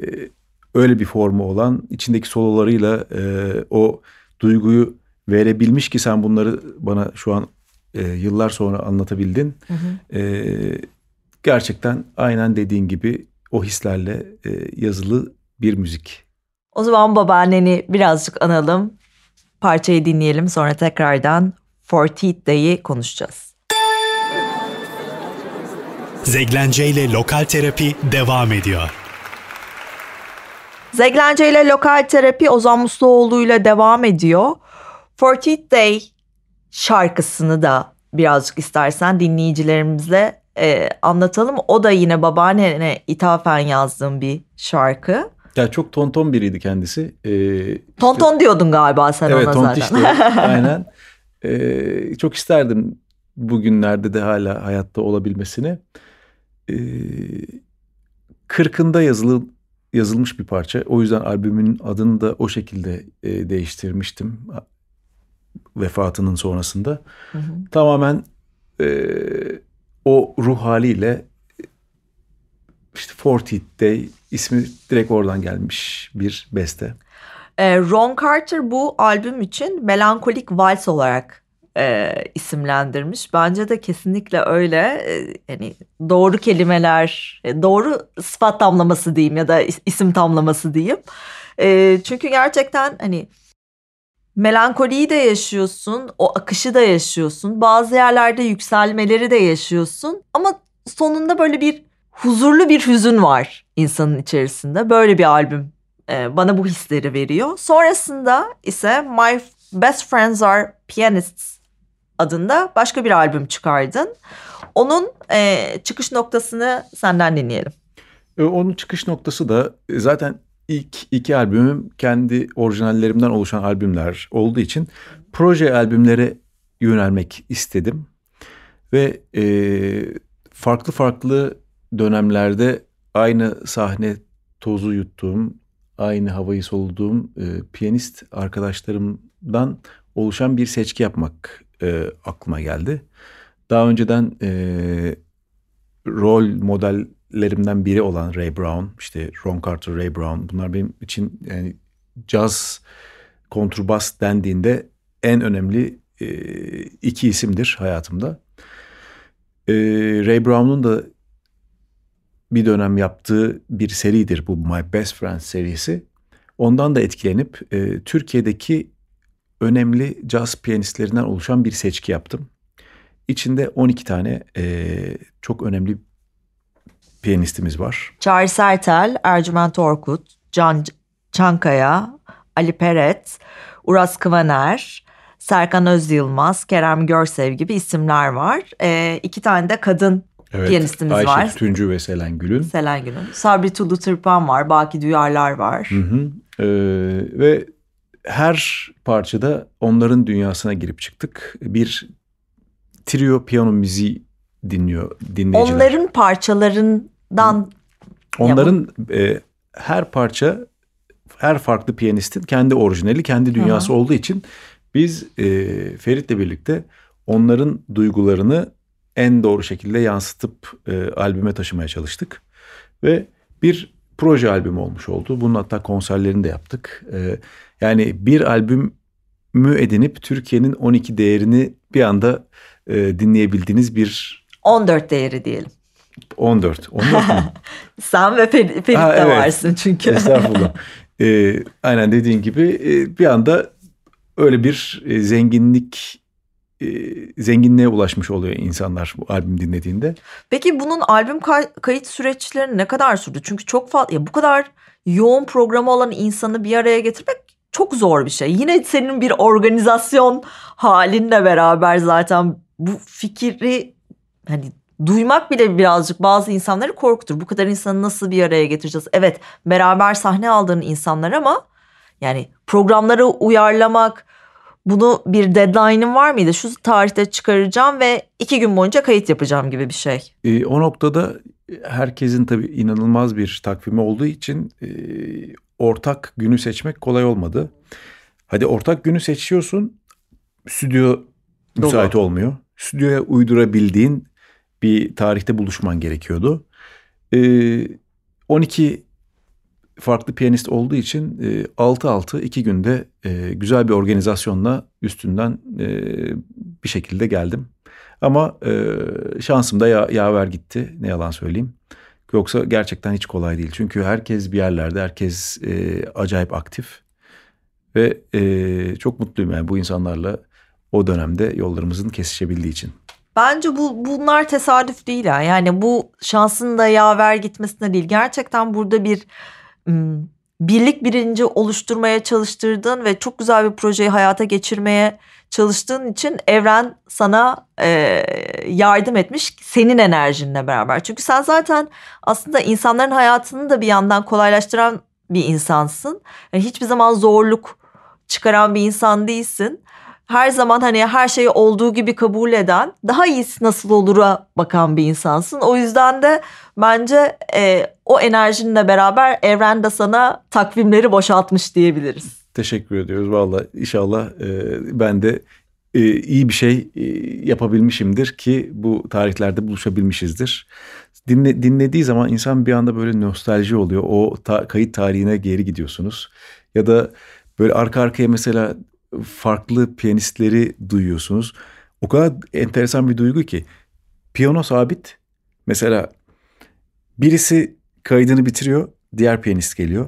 öyle bir formu olan, içindeki sololarıyla e, o duyguyu verebilmiş ki sen bunları bana şu an e, yıllar sonra anlatabildin. Hı hı. E, gerçekten aynen dediğin gibi o hislerle e, yazılı bir müzik. O zaman babaanneni birazcık analım. Parçayı dinleyelim, sonra tekrardan fortieth Day'i konuşacağız. Zeglence ile Lokal Terapi devam ediyor. Zeglence ile Lokal Terapi Ozan Musluoğlu ile devam ediyor. fortieth Day şarkısını da birazcık istersen dinleyicilerimizle e, anlatalım. O da yine babaannene ithafen yazdığım bir şarkı. Ya çok tonton biriydi kendisi. Ee, tonton işte, diyordun galiba sen evet, ona zaten. Evet tontişti aynen. Ee, çok isterdim bugünlerde de hala hayatta olabilmesini. e, kırkında yazılı, yazılmış bir parça. O yüzden albümün adını da o şekilde e, değiştirmiştim vefatının sonrasında. Hı hı. Tamamen e, o ruh haliyle işte fortieth Day ismi direkt oradan gelmiş bir beste. E, Ron Carter bu albüm için melankolik vals olarak e, isimlendirmiş. Bence de kesinlikle öyle. E, yani doğru kelimeler, e, doğru sıfat tamlaması diyeyim ya da isim tamlaması diyeyim. E, çünkü gerçekten hani melankoliyi de yaşıyorsun, o akışı da yaşıyorsun. Bazı yerlerde yükselmeleri de yaşıyorsun. Ama sonunda böyle bir huzurlu bir hüzün var insanın içerisinde. Böyle bir albüm e, bana bu hisleri veriyor. Sonrasında ise My Best Friends Are Pianists adında başka bir albüm çıkardın. Onun e, çıkış noktasını senden dinleyelim. E, onun çıkış noktası da zaten ilk iki albümüm kendi orijinallerimden oluşan albümler olduğu için proje albümlere yönelmek istedim. Ve e, farklı farklı dönemlerde aynı sahne tozu yuttuğum, aynı havayı soluduğum e, piyanist arkadaşlarımdan oluşan bir seçki yapmak e, aklıma geldi. Daha önceden e, rol modellerimden biri olan Ray Brown, işte Ron Carter, Ray Brown, bunlar benim için yani caz kontrbas dendiğinde en önemli e, iki isimdir hayatımda. E, Ray Brown'un da bir dönem yaptığı bir seridir bu My Best Friends serisi. Ondan da etkilenip e, Türkiye'deki önemli caz piyanistlerinden oluşan bir seçki yaptım. İçinde on iki tane e, çok önemli piyanistimiz var. Çağrı Sertel, Ercüment Orkut, Can Çankaya, Ali Peret, Uras Kıvaner, Serkan Özyılmaz, Kerem Görsev gibi isimler var. E, iki tane de kadın evet, piyanistimiz Ayşe var. Ayşe Tütüncü ve Selen Gül'ün. Selen Gül'ün. Sabri Tulu Tırpan var, Baki Duyarlar var. Hı hı. E, ve her parçada onların dünyasına girip çıktık. Bir trio piyano müziği dinliyor dinleyiciler. Onların parçalarından... Onların e, her parça, her farklı piyanistin kendi orijinali, kendi dünyası Hı-hı. olduğu için biz e, Ferit'le birlikte onların duygularını en doğru şekilde yansıtıp e, albüme taşımaya çalıştık. Ve bir proje albümü olmuş oldu. Bunun hatta konserlerini de yaptık. E, yani bir albümü edinip Türkiye'nin on iki değerini bir anda e, dinleyebildiğiniz bir... on dört değeri diyelim. on dört. on dört mu? Sen ve Ferit, Ferit ha, de evet. varsın çünkü. Estağfurullah. e, aynen dediğin gibi e, bir anda öyle bir e, zenginlik... zenginliğe ulaşmış oluyor insanlar bu albüm dinlediğinde. Peki bunun albüm kay- kayıt süreçleri ne kadar sürdü? Çünkü çok fazla, ya bu kadar yoğun programı olan insanı bir araya getirmek çok zor bir şey. Yine senin bir organizasyon halinle beraber zaten bu fikri hani duymak bile birazcık bazı insanları korkutur. Bu kadar insanı nasıl bir araya getireceğiz? Evet, beraber sahne aldığın insanlar ama yani programları uyarlamak, bunu bir deadline'ın var mıydı? Şu tarihte çıkaracağım ve iki gün boyunca kayıt yapacağım gibi bir şey. E, o noktada herkesin tabii inanılmaz bir takvimi olduğu için e, ortak günü seçmek kolay olmadı. Hadi ortak günü seçiyorsun, stüdyo müsait Dolu. olmuyor. Stüdyoya uydurabildiğin bir tarihte buluşman gerekiyordu. E, on iki farklı piyanist olduğu için e, altı altı iki günde e, güzel bir organizasyonla üstünden e, bir şekilde geldim. Ama e, şansım da ya, yaver gitti, ne yalan söyleyeyim. Yoksa gerçekten hiç kolay değil. Çünkü herkes bir yerlerde, herkes e, acayip aktif. Ve e, çok mutluyum yani bu insanlarla o dönemde yollarımızın kesişebildiği için. Bence bu bunlar tesadüf değil ha. Yani bu şansın da yaver gitmesine değil. Gerçekten burada bir birlik bilinci oluşturmaya çalıştırdığın ve çok güzel bir projeyi hayata geçirmeye çalıştığın için evren sana e, yardım etmiş senin enerjinle beraber. Çünkü sen zaten aslında insanların hayatını da bir yandan kolaylaştıran bir insansın. Yani hiçbir zaman zorluk çıkaran bir insan değilsin. her zaman hani her şeyi olduğu gibi kabul eden, daha iyisi nasıl olur'a bakan bir insansın. O yüzden de bence e, o enerjinle beraber evren de sana takvimleri boşaltmış diyebiliriz. Teşekkür ediyoruz valla. İnşallah e, ben de e, iyi bir şey e, yapabilmişimdir ki bu tarihlerde buluşabilmişizdir. Dinle, dinlediği zaman insan bir anda böyle nostalji oluyor. O ta, kayıt tarihine geri gidiyorsunuz. Ya da böyle arka arkaya mesela farklı piyanistleri duyuyorsunuz. O kadar enteresan bir duygu ki. Piyano sabit. Mesela birisi kaydını bitiriyor. Diğer piyanist geliyor.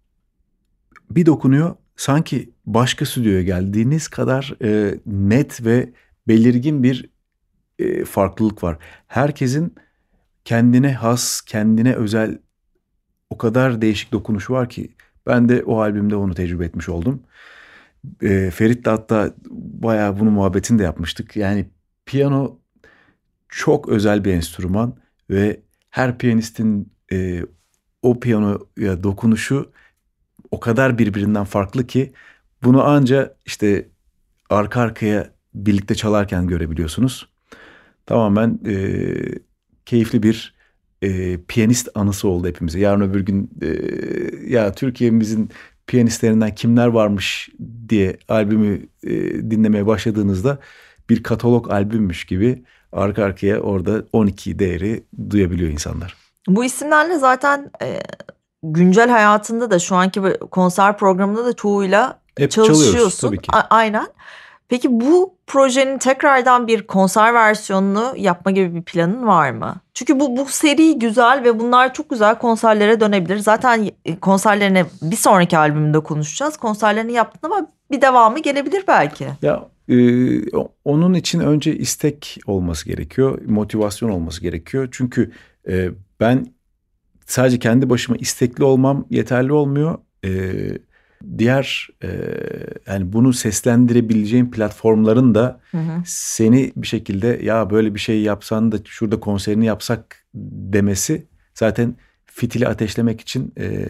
Bir dokunuyor. Sanki başka stüdyoya geldiğiniz kadar e, net ve belirgin bir e, farklılık var. Herkesin kendine has, kendine özel o kadar değişik dokunuşu var ki ben de o albümde onu tecrübe etmiş oldum. E, Ferit'le hatta bayağı bunun muhabbetini de yapmıştık. Yani piyano çok özel bir enstrüman ve her piyanistin e, o piyanoya dokunuşu o kadar birbirinden farklı ki bunu anca işte arka arkaya birlikte çalarken görebiliyorsunuz. Tamamen e, keyifli bir e, piyanist anısı oldu hepimize. Yarın öbür gün e, ya Türkiye'mizin piyanistlerinden kimler varmış diye albümü e, dinlemeye başladığınızda bir katalog albümmüş gibi arka arkaya orada on iki değeri duyabiliyor insanlar. Bu isimlerle zaten e, güncel hayatında da şu anki konser programında da çoğuyla hep çalışıyorsun. Tabii ki. A- aynen. Peki bu projenin tekrardan bir konser versiyonunu yapma gibi bir planın var mı? Çünkü bu bu seri güzel ve bunlar çok güzel konserlere dönebilir. Zaten konserlerini bir sonraki albümünde konuşacağız. Konserlerini yaptın ama bir devamı gelebilir belki. Ya e, onun için önce istek olması gerekiyor, motivasyon olması gerekiyor. Çünkü e, ben sadece kendi başıma istekli olmam yeterli olmuyor. E, diğer e, yani bunu seslendirebileceğin platformların da hı hı. seni bir şekilde ya böyle bir şey yapsan da şurada konserini yapsak demesi zaten fitili ateşlemek için e,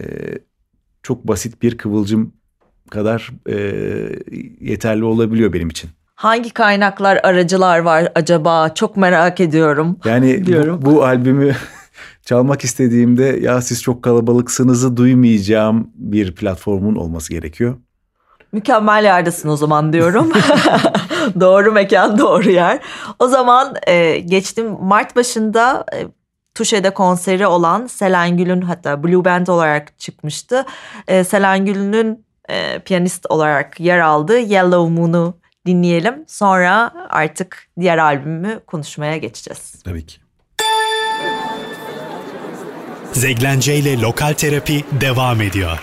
çok basit bir kıvılcım kadar e, yeterli olabiliyor benim için. Hangi kaynaklar, aracılar var acaba? Çok merak ediyorum. Yani bu, bu albümü çalmak istediğimde ya siz çok kalabalıksınızı duymayacağım bir platformun olması gerekiyor. Mükemmel yerdesin o zaman diyorum. Doğru mekan, doğru yer. O zaman e, geçtim Mart başında e, Tuşe'de konseri olan Selengül'ün, hatta Blue Band olarak çıkmıştı. E, Selengül'ün e, piyanist olarak yer aldığı Yellow Moon'u dinleyelim. Sonra artık diğer albümü konuşmaya geçeceğiz. Tabii ki. Zeglence ile Lokal Terapi devam ediyor.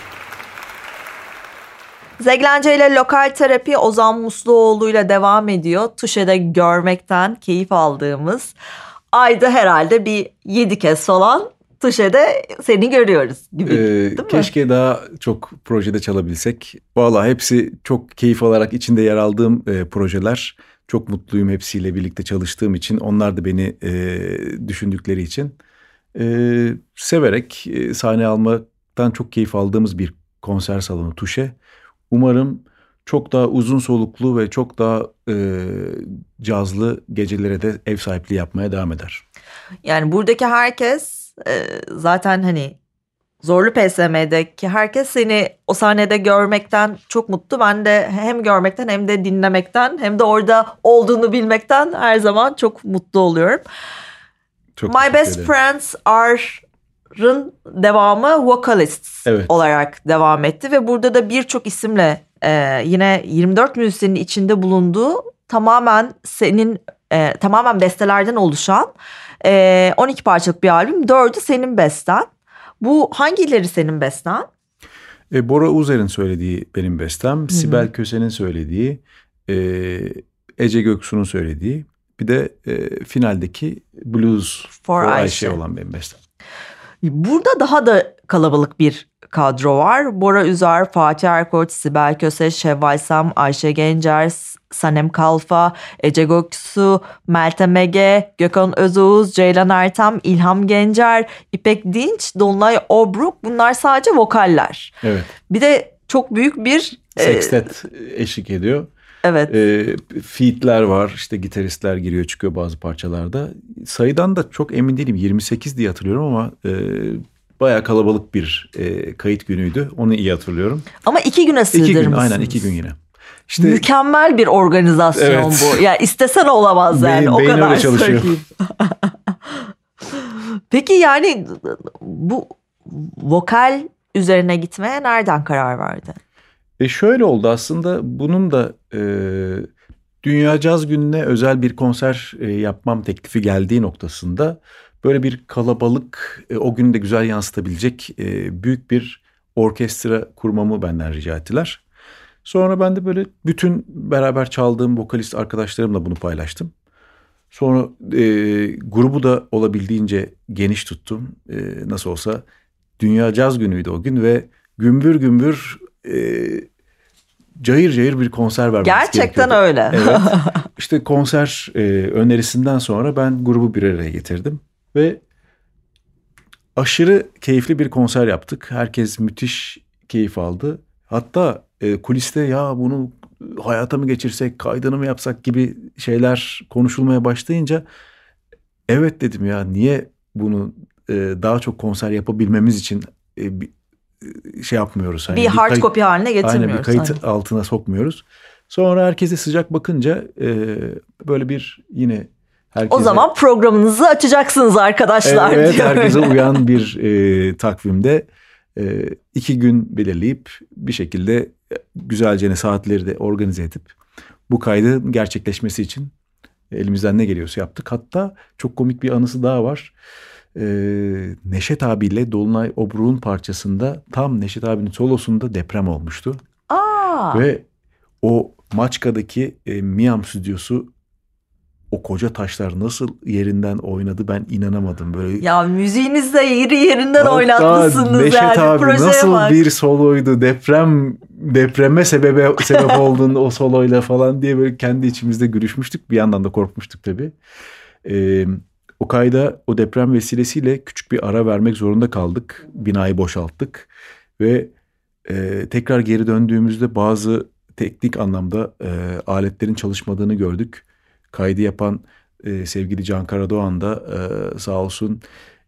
Zeglence ile Lokal Terapi Ozan Musluoğlu ile devam ediyor. Tuşe'de görmekten keyif aldığımız, ayda herhalde bir yedi kez falan Tuşe'de seni görüyoruz gibi, ee, değil mi? Keşke daha çok projede çalabilsek. Vallahi hepsi çok keyif alarak içinde yer aldığım e, projeler. Çok mutluyum hepsiyle birlikte çalıştığım için. Onlar da beni e, düşündükleri için. E, severek e, sahne almaktan çok keyif aldığımız bir konser salonu Tuşe. Umarım çok daha uzun soluklu ve çok daha e, cazlı gecelere de ev sahipliği yapmaya devam eder. Yani buradaki herkes e, zaten hani Zorlu P S M'deki herkes seni o sahnede görmekten çok mutlu. Ben de hem görmekten hem de dinlemekten hem de orada olduğunu bilmekten her zaman çok mutlu oluyorum. Çok My Best Friends Are'ın devamı Vocalists evet. olarak devam etti ve burada da birçok isimle e, yine yirmi dört müzisyenin içinde bulunduğu tamamen senin e, tamamen bestelerden oluşan e, on iki parçalık bir albüm. Dördü senin besten. Bu hangileri senin besten? E, Bora Uzer'in söylediği benim bestem, Hı-hı. Sibel Köse'nin söylediği, e, Ece Göksu'nun söylediği, bir de e, finaldeki Blues for, for Ayşe. Ayşe olan benim bestem. Burada daha da kalabalık bir kadro var. Bora Üzer, Fatih Erkoç, Sibel Köse, Şevval Sam, Ayşe Gencer, Sanem Kalfa, Ece Göksu, Meltem Ege, Gökhan Özoğuz, Ceylan Ertem, İlham Gencer, İpek Dinç, Dolunay Obruk. Bunlar sadece vokaller. Evet. Bir de çok büyük bir sekstet e, eşlik ediyor. Evet. E, feat'ler var. İşte gitaristler giriyor çıkıyor bazı parçalarda. Sayıdan da çok emin değilim. yirmi sekiz diye hatırlıyorum ama e, bayağı kalabalık bir e, kayıt günüydü. Onu iyi hatırlıyorum. Ama iki güne sığdırmışsınız. İki gün, aynen iki gün yine. İşte, mükemmel bir organizasyon evet. bu. Yani istesen olamaz yani. Beyin, o beyin kadar söyleyeyim. Peki yani bu vokal üzerine gitmeye nereden karar verdin? E şöyle oldu aslında, bunun da e, Dünya Caz Günü'ne özel bir konser e, yapmam teklifi geldiği noktasında böyle bir kalabalık, e, o günü de güzel yansıtabilecek e, büyük bir orkestra kurmamı benden rica ettiler. Sonra ben de böyle bütün beraber çaldığım vokalist arkadaşlarımla bunu paylaştım. Sonra e, grubu da olabildiğince geniş tuttum. E, nasıl olsa Dünya Caz Günü'ydü o gün ve gümbür gümbür e, cayır cayır bir konser vermemiz gerekiyordu. Gerçekten öyle. Evet. İşte konser e, önerisinden sonra ben grubu bir araya getirdim ve aşırı keyifli bir konser yaptık. Herkes müthiş keyif aldı. Hatta e, kuliste ya bunu hayata mı geçirsek, kaydını mı yapsak gibi şeyler konuşulmaya başlayınca evet dedim ya, niye bunu e, daha çok konser yapabilmemiz için e, bir şey yapmıyoruz. Hani bir, bir hard kayıt, copy haline getirmiyoruz. Aynen, bir kayıt aynen. altına sokmuyoruz. Sonra herkese sıcak bakınca e, böyle bir yine herkese... O zaman programınızı açacaksınız arkadaşlar. Evet, diyor. Herkese uyan bir e, takvimde e, iki gün belirleyip bir şekilde güzelce saatleri de organize edip bu kaydın gerçekleşmesi için elimizden ne geliyorsa yaptık. Hatta çok komik bir anısı daha var. Ee, Neşet abiyle Dolunay Obruk'un parçasında tam Neşet abinin solosunda deprem olmuştu. Aa. Ve o Maçka'daki e, Miam stüdyosu, o koca taşlar nasıl yerinden oynadı ben inanamadım. Böyle. Ya müziğiniz de yeri yerinden hatta oynatmışsınız Neşet yani. abi Projeye nasıl bak. Bir soloydu, deprem depreme sebebe, sebep olduğun o soloyla falan diye böyle kendi içimizde gülüşmüştük. Bir yandan da korkmuştuk tabii. Ee, o kayda o deprem vesilesiyle küçük bir ara vermek zorunda kaldık. Binayı boşalttık ve e, tekrar geri döndüğümüzde bazı teknik anlamda e, aletlerin çalışmadığını gördük. Kaydı yapan e, sevgili Can Karadoğan da e, sağ olsun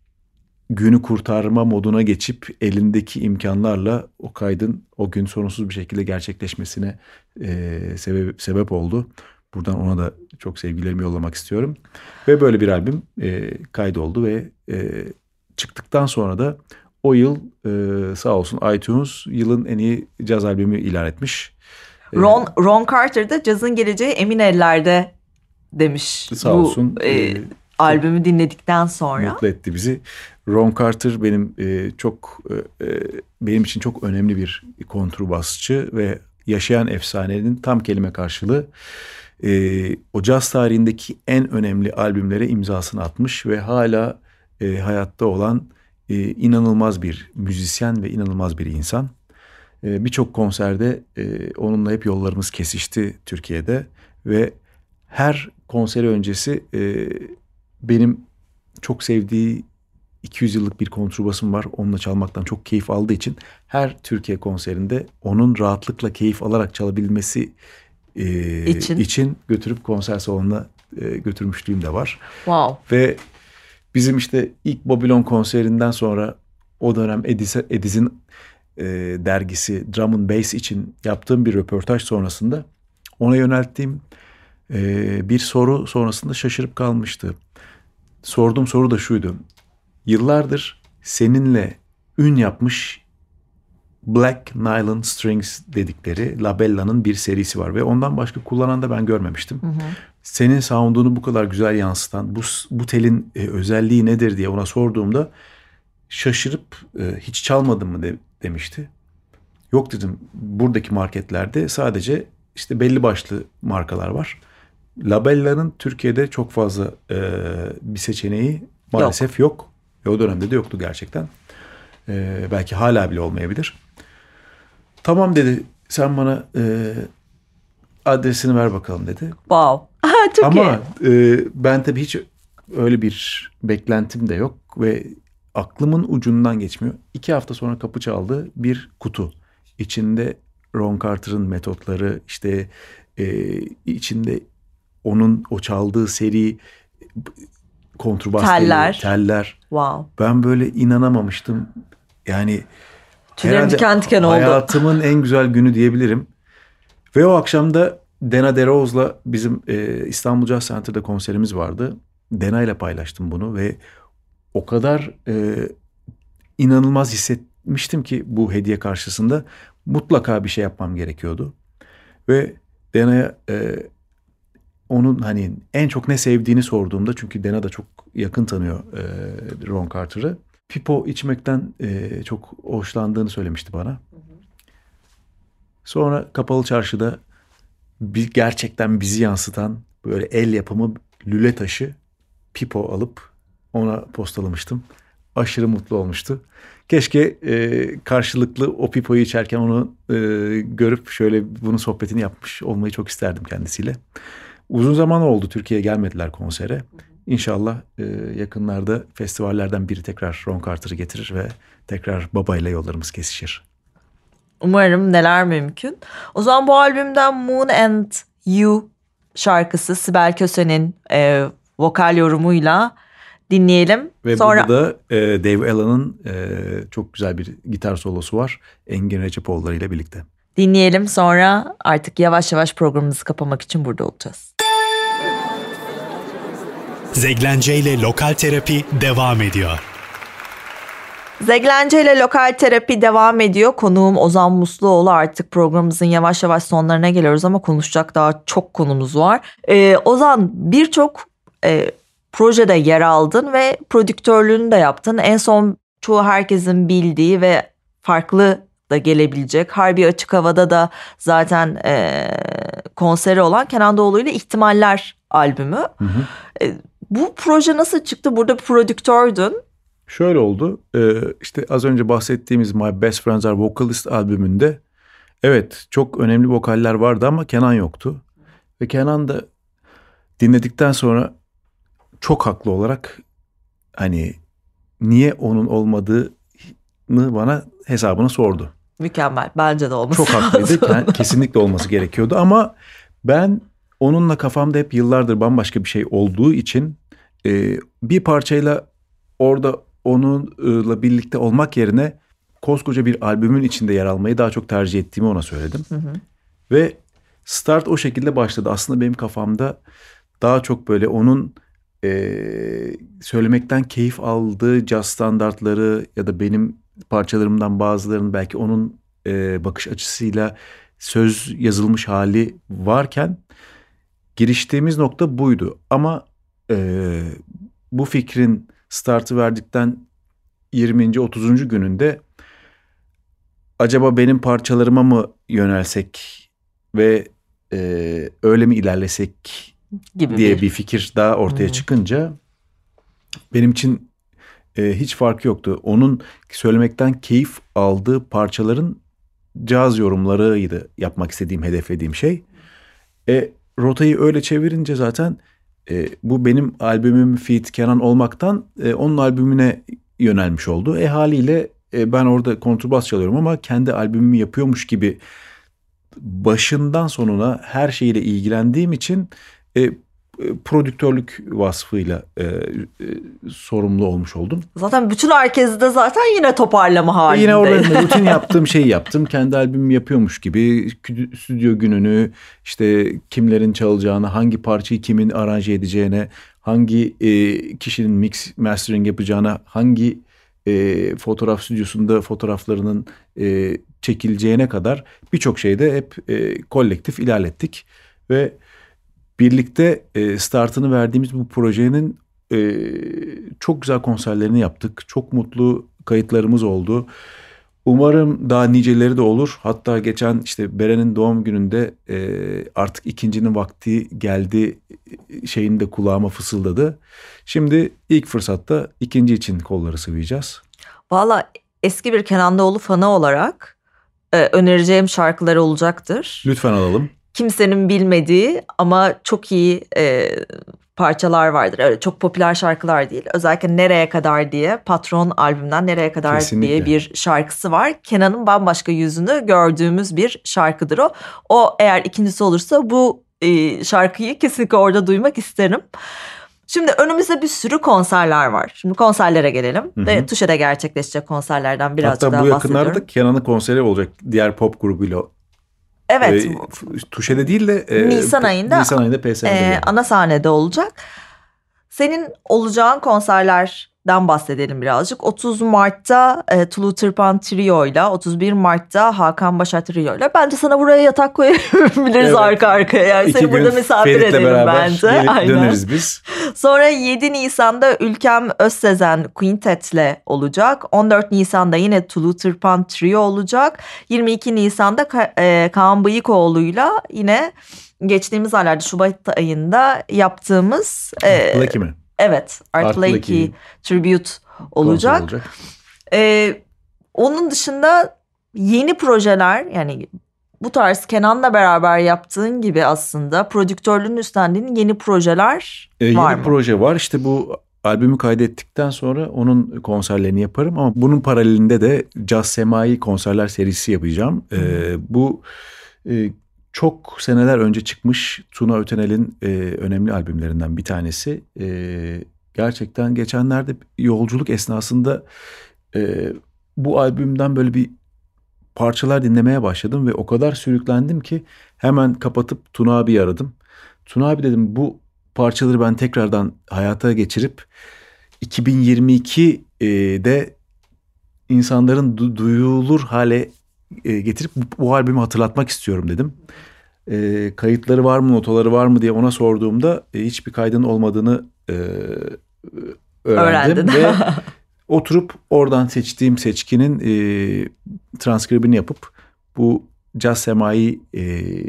günü kurtarma moduna geçip elindeki imkanlarla o kaydın o gün sorunsuz bir şekilde gerçekleşmesine e, sebep, sebep oldu. Buradan ona da çok sevgilerimi yollamak istiyorum. Ve böyle bir albüm e, kaydoldu ve e, çıktıktan sonra da o yıl e, sağ olsun iTunes yılın en iyi caz albümü ilan etmiş. Ron, Ron Carter da cazın geleceği emin ellerde demiş. Sağ olsun. Bu e, albümü dinledikten sonra. Mutlu etti bizi. Ron Carter benim e, çok e, benim için çok önemli bir kontrbasçı ve yaşayan efsanenin tam kelime karşılığı. E, o caz tarihindeki en önemli albümlere imzasını atmış ve hala e, hayatta olan e, inanılmaz bir müzisyen ve inanılmaz bir insan. E, Birçok konserde e, onunla hep yollarımız kesişti Türkiye'de ve her konseri öncesi e, benim çok sevdiği iki yüz yıllık bir kontrbasım var. Onunla çalmaktan çok keyif aldığı için her Türkiye konserinde onun rahatlıkla keyif alarak çalabilmesi e, için. için götürüp konser salonuna e, götürmüşlüğüm de var. Wow. Ve bizim işte ilk Babylon konserinden sonra o dönem Ediz, Ediz'in e, dergisi Drum and Bass için yaptığım bir röportaj sonrasında ona yönelttiğim e, bir soru sonrasında şaşırıp kalmıştı. Sorduğum soru da şuydu. Yıllardır seninle ün yapmış Black Nylon Strings dedikleri La Bella'nın bir serisi var ve ondan başka kullanan da ben görmemiştim. Hı hı. Senin sound'unu bu kadar güzel yansıtan bu, bu telin e, özelliği nedir diye ona sorduğumda şaşırıp e, hiç çalmadın mı de, demişti. Yok dedim, buradaki marketlerde sadece işte belli başlı markalar var. La Bella'nın Türkiye'de çok fazla e, bir seçeneği maalesef yok. yok. Ve o dönemde de yoktu gerçekten. E, belki hala bile olmayabilir. Tamam dedi, sen bana e, adresini ver bakalım dedi. Wow. Çok Ama e, ben tabii hiç öyle bir beklentim de yok ve aklımın ucundan geçmiyor. İki hafta sonra kapı çaldı, bir kutu. İçinde Ron Carter'ın metotları, işte e, içinde onun o çaldığı seri kontrbas teller. teli, teller. Wow. Ben böyle inanamamıştım. Yani tüylerim diken diken oldu. Hayatımın en güzel günü diyebilirim. Ve o akşam da Dana DeRose'la bizim e, İstanbul Jazz Center'da konserimiz vardı. Dana ile paylaştım bunu ve o kadar e, inanılmaz hissetmiştim ki bu hediye karşısında mutlaka bir şey yapmam gerekiyordu. Ve Dana'ya e, onun hani en çok ne sevdiğini sorduğumda, çünkü Dana da çok yakın tanıyor e, Ron Carter'ı. Pipo içmekten e, çok hoşlandığını söylemişti bana. Hı hı. Sonra Kapalı Çarşı'da bir, gerçekten bizi yansıtan böyle el yapımı lüle taşı Pipo alıp ona postalamıştım. Aşırı mutlu olmuştu. Keşke e, karşılıklı o Pipo'yu içerken onu e, görüp şöyle bunun sohbetini yapmış olmayı çok isterdim kendisiyle. Uzun zaman oldu, Türkiye'ye gelmediler konsere. İnşallah e, yakınlarda festivallerden biri tekrar Ron Carter'ı getirir ve tekrar babayla yollarımız kesişir. Umarım, neler mümkün. O zaman bu albümden Moon and You şarkısı Sibel Köse'nin e, vokal yorumuyla dinleyelim. Ve Sonra... burada da e, Dave Allen'ın e, çok güzel bir gitar solosu var. Engin Recepoğulları ile birlikte. Dinleyelim, sonra artık yavaş yavaş programımızı kapamak için burada olacağız. Zeglence ile Lokal Terapi devam ediyor. Zeglence ile Lokal Terapi devam ediyor. Konuğum Ozan Musluoğlu. Artık programımızın yavaş yavaş sonlarına geliyoruz ama konuşacak daha çok konumuz var. Ee, Ozan, birçok e, projede yer aldın ve prodüktörlüğünü de yaptın. En son çoğu herkesin bildiği ve farklı da gelebilecek Harbi Açık Hava'da da zaten e, konseri olan Kenan Doğulu ile İhtimaller albümü. Hı hı. E, bu proje nasıl çıktı? Burada prodüktördün. Şöyle oldu. Ee, işte az önce bahsettiğimiz My Best Friends Are Vocalist albümünde evet çok önemli vokaller vardı ama Kenan yoktu. Ve Kenan da dinledikten sonra çok haklı olarak hani niye onun olmadığını bana hesabını sordu. Mükemmel. Bence de olması Çok haklıydı. Kesinlikle olması gerekiyordu ama ben onunla kafamda hep yıllardır bambaşka bir şey olduğu için e, bir parçayla orada onunla birlikte olmak yerine koskoca bir albümün içinde yer almayı daha çok tercih ettiğimi ona söyledim. Hı hı. Ve start o şekilde başladı. Aslında benim kafamda daha çok böyle onun e, söylemekten keyif aldığı caz standartları ya da benim parçalarımdan bazılarının belki onun e, bakış açısıyla söz yazılmış hali varken giriştiğimiz nokta buydu. Ama e, bu fikrin startı verdikten yirminci otuzuncu gününde acaba benim parçalarıma mı yönelsek ve e, öyle mi ilerlesek gibi diye bir, bir fikir daha ortaya hmm. çıkınca benim için e, hiç farkı yoktu. Onun söylemekten keyif aldığı parçaların caz yorumlarıydı yapmak istediğim, hedeflediğim şey. E, rotayı öyle çevirince zaten e, bu benim albümüm feat Kenan olmaktan e, onun albümüne yönelmiş oldu. E haliyle e, ben orada kontrbas çalıyorum ama kendi albümümü yapıyormuş gibi başından sonuna her şeyle ilgilendiğim için e, prodüktörlük vasfıyla e, e, sorumlu olmuş oldum. Zaten bütün herkesi de zaten yine toparlama halinde. Yine orada rutin yaptığım şeyi yaptım. Kendi albümümü yapıyormuş gibi stüdyo gününü, işte kimlerin çalacağını, hangi parçayı kimin aranje edeceğine, hangi e, kişinin mix mastering yapacağına, hangi e, fotoğraf stüdyosunda fotoğraflarının e, çekileceğine kadar birçok şeyde hep e, kolektif ilerlettik ve birlikte e, startını verdiğimiz bu projenin e, çok güzel konserlerini yaptık. Çok mutlu kayıtlarımız oldu. Umarım daha niceleri de olur. Hatta geçen işte Beren'in doğum gününde e, artık ikincinin vakti geldi şeyini de kulağıma fısıldadı. Şimdi ilk fırsatta ikinci için kolları sıvayacağız. Valla eski bir Kenan Doğulu fanı olarak e, önereceğim şarkılar olacaktır. Lütfen alalım. Kimsenin bilmediği ama çok iyi e, parçalar vardır. Öyle çok popüler şarkılar değil. Özellikle Nereye Kadar diye, Patron albümünden Nereye Kadar Kesinlikle. diye bir şarkısı var. Kenan'ın bambaşka yüzünü gördüğümüz bir şarkıdır o. O eğer ikincisi olursa bu e, şarkıyı kesinlikle orada duymak isterim. Şimdi önümüzde bir sürü konserler var. Şimdi konserlere gelelim. Hı hı. Ve Tuşe'de gerçekleşecek konserlerden birazcık Hatta daha bu bahsediyorum. yakınlarda Kenan'ın konseri olacak diğer pop grubuyla. Evet. E, Tuşe'de değil de e, Nisan ayında, Nisan ayında P S M'de. e, yani. ana sahnede olacak. Senin olacağın konserlerden bahsedelim birazcık. otuz Mart'ta e, Tulu Tırpan Trio'yla, otuz bir Mart'ta Hakan Başar Trio'yla. Bence sana buraya yatak koyabiliriz Evet. arka arkaya. Yani İki seni burada gün misafir Ferit'le edelim beraber bence. gelip Aynen. döneriz biz. Sonra yedi Nisan'da Ülkem Özsezen Quintet'le olacak. on dört Nisan'da yine Tulu Tırpan Trio olacak. yirmi iki Nisan'da Ka- e, Kaan Bıyıkoğlu'yla yine geçtiğimiz aylarda Şubat ayında yaptığımız e, Lucky mi? evet Art, Art Blakey Blakey Tribute Konser olacak. olacak. E, onun dışında yeni projeler, yani bu tarz Kenan'la beraber yaptığın gibi aslında prodüktörlüğünü üstlendiğin yeni projeler E, var yeni mı? proje var. İşte bu albümü kaydettikten sonra onun konserlerini yaparım. Ama bunun paralelinde de Caz Semai konserler serisi yapacağım. E, bu e, çok seneler önce çıkmış Tuna Ötenel'in e, önemli albümlerinden bir tanesi. E, gerçekten geçenlerde yolculuk esnasında e, bu albümden böyle bir parçalar dinlemeye başladım ve o kadar sürüklendim ki hemen kapatıp Tuna abi aradım. Tuna abi dedim, bu parçaları ben tekrardan hayata geçirip iki bin yirmi ikide insanların du- duyulur hale e, getirip bu, bu albümü hatırlatmak istiyorum dedim. E, kayıtları var mı, notaları var mı diye ona sorduğumda e, hiçbir kaydın olmadığını e, öğrendim. Öğrendin. Ve oturup oradan seçtiğim seçkinin e, transkribini yapıp bu Caz Semai e,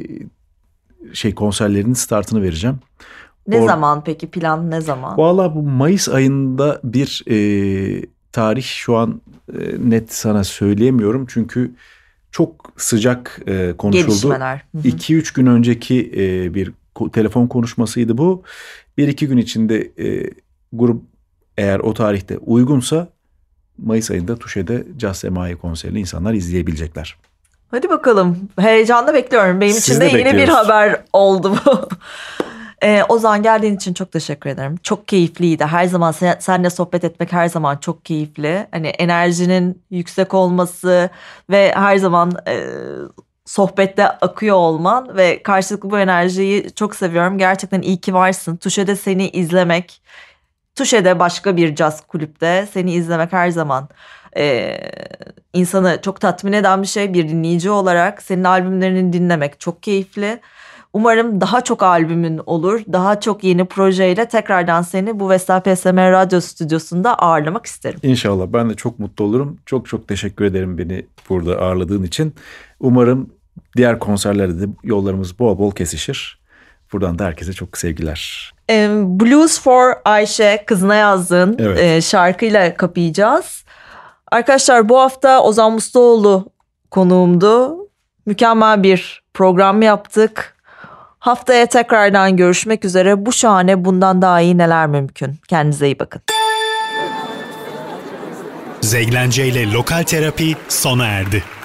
şey konserlerinin startını vereceğim. Ne Or- zaman peki, plan ne zaman? Vallahi bu Mayıs ayında bir e, tarih şu an e, net sana söyleyemiyorum. Çünkü çok sıcak e, konuşuldu. Gelişmeler. Hı hı. iki üç gün önceki e, bir ko- telefon konuşmasıydı bu. bir iki gün içinde e, grup eğer o tarihte uygunsa Mayıs ayında Tuşe'de Caz Semai konserini insanlar izleyebilecekler. Hadi bakalım. Heyecanla bekliyorum. Benim Siz için de de yeni bir bekliyoruz. haber oldu bu. Ee, Ozan, geldiğin için çok teşekkür ederim. Çok keyifliydi. Her zaman sen, seninle sohbet etmek her zaman çok keyifli. Hani enerjinin yüksek olması ve her zaman e, sohbette akıyor olman ve karşılıklı bu enerjiyi çok seviyorum. Gerçekten iyi ki varsın. Tuşe'de seni izlemek, Tuşe'de başka bir caz kulüpte seni izlemek her zaman e, insanı çok tatmin eden bir şey. Bir dinleyici olarak senin albümlerini dinlemek çok keyifli. Umarım daha çok albümün olur. Daha çok yeni projeyle tekrardan seni bu Vestel P S M Radyo Stüdyosu'nda ağırlamak isterim. İnşallah, ben de çok mutlu olurum. Çok çok teşekkür ederim beni burada ağırladığın için. Umarım diğer konserlerde de yollarımız bol bol kesişir. Buradan da herkese çok sevgiler. E, Blues for Ayşe, kızına yazdığın Evet. e, şarkıyla kapayacağız. Arkadaşlar, bu hafta Ozan Musluoğlu konuğumdu. Mükemmel bir program yaptık. Haftaya tekrardan görüşmek üzere. Bu şahane, bundan daha iyi neler mümkün. Kendinize iyi bakın. Zeglence ile Lokal Terapi sona erdi.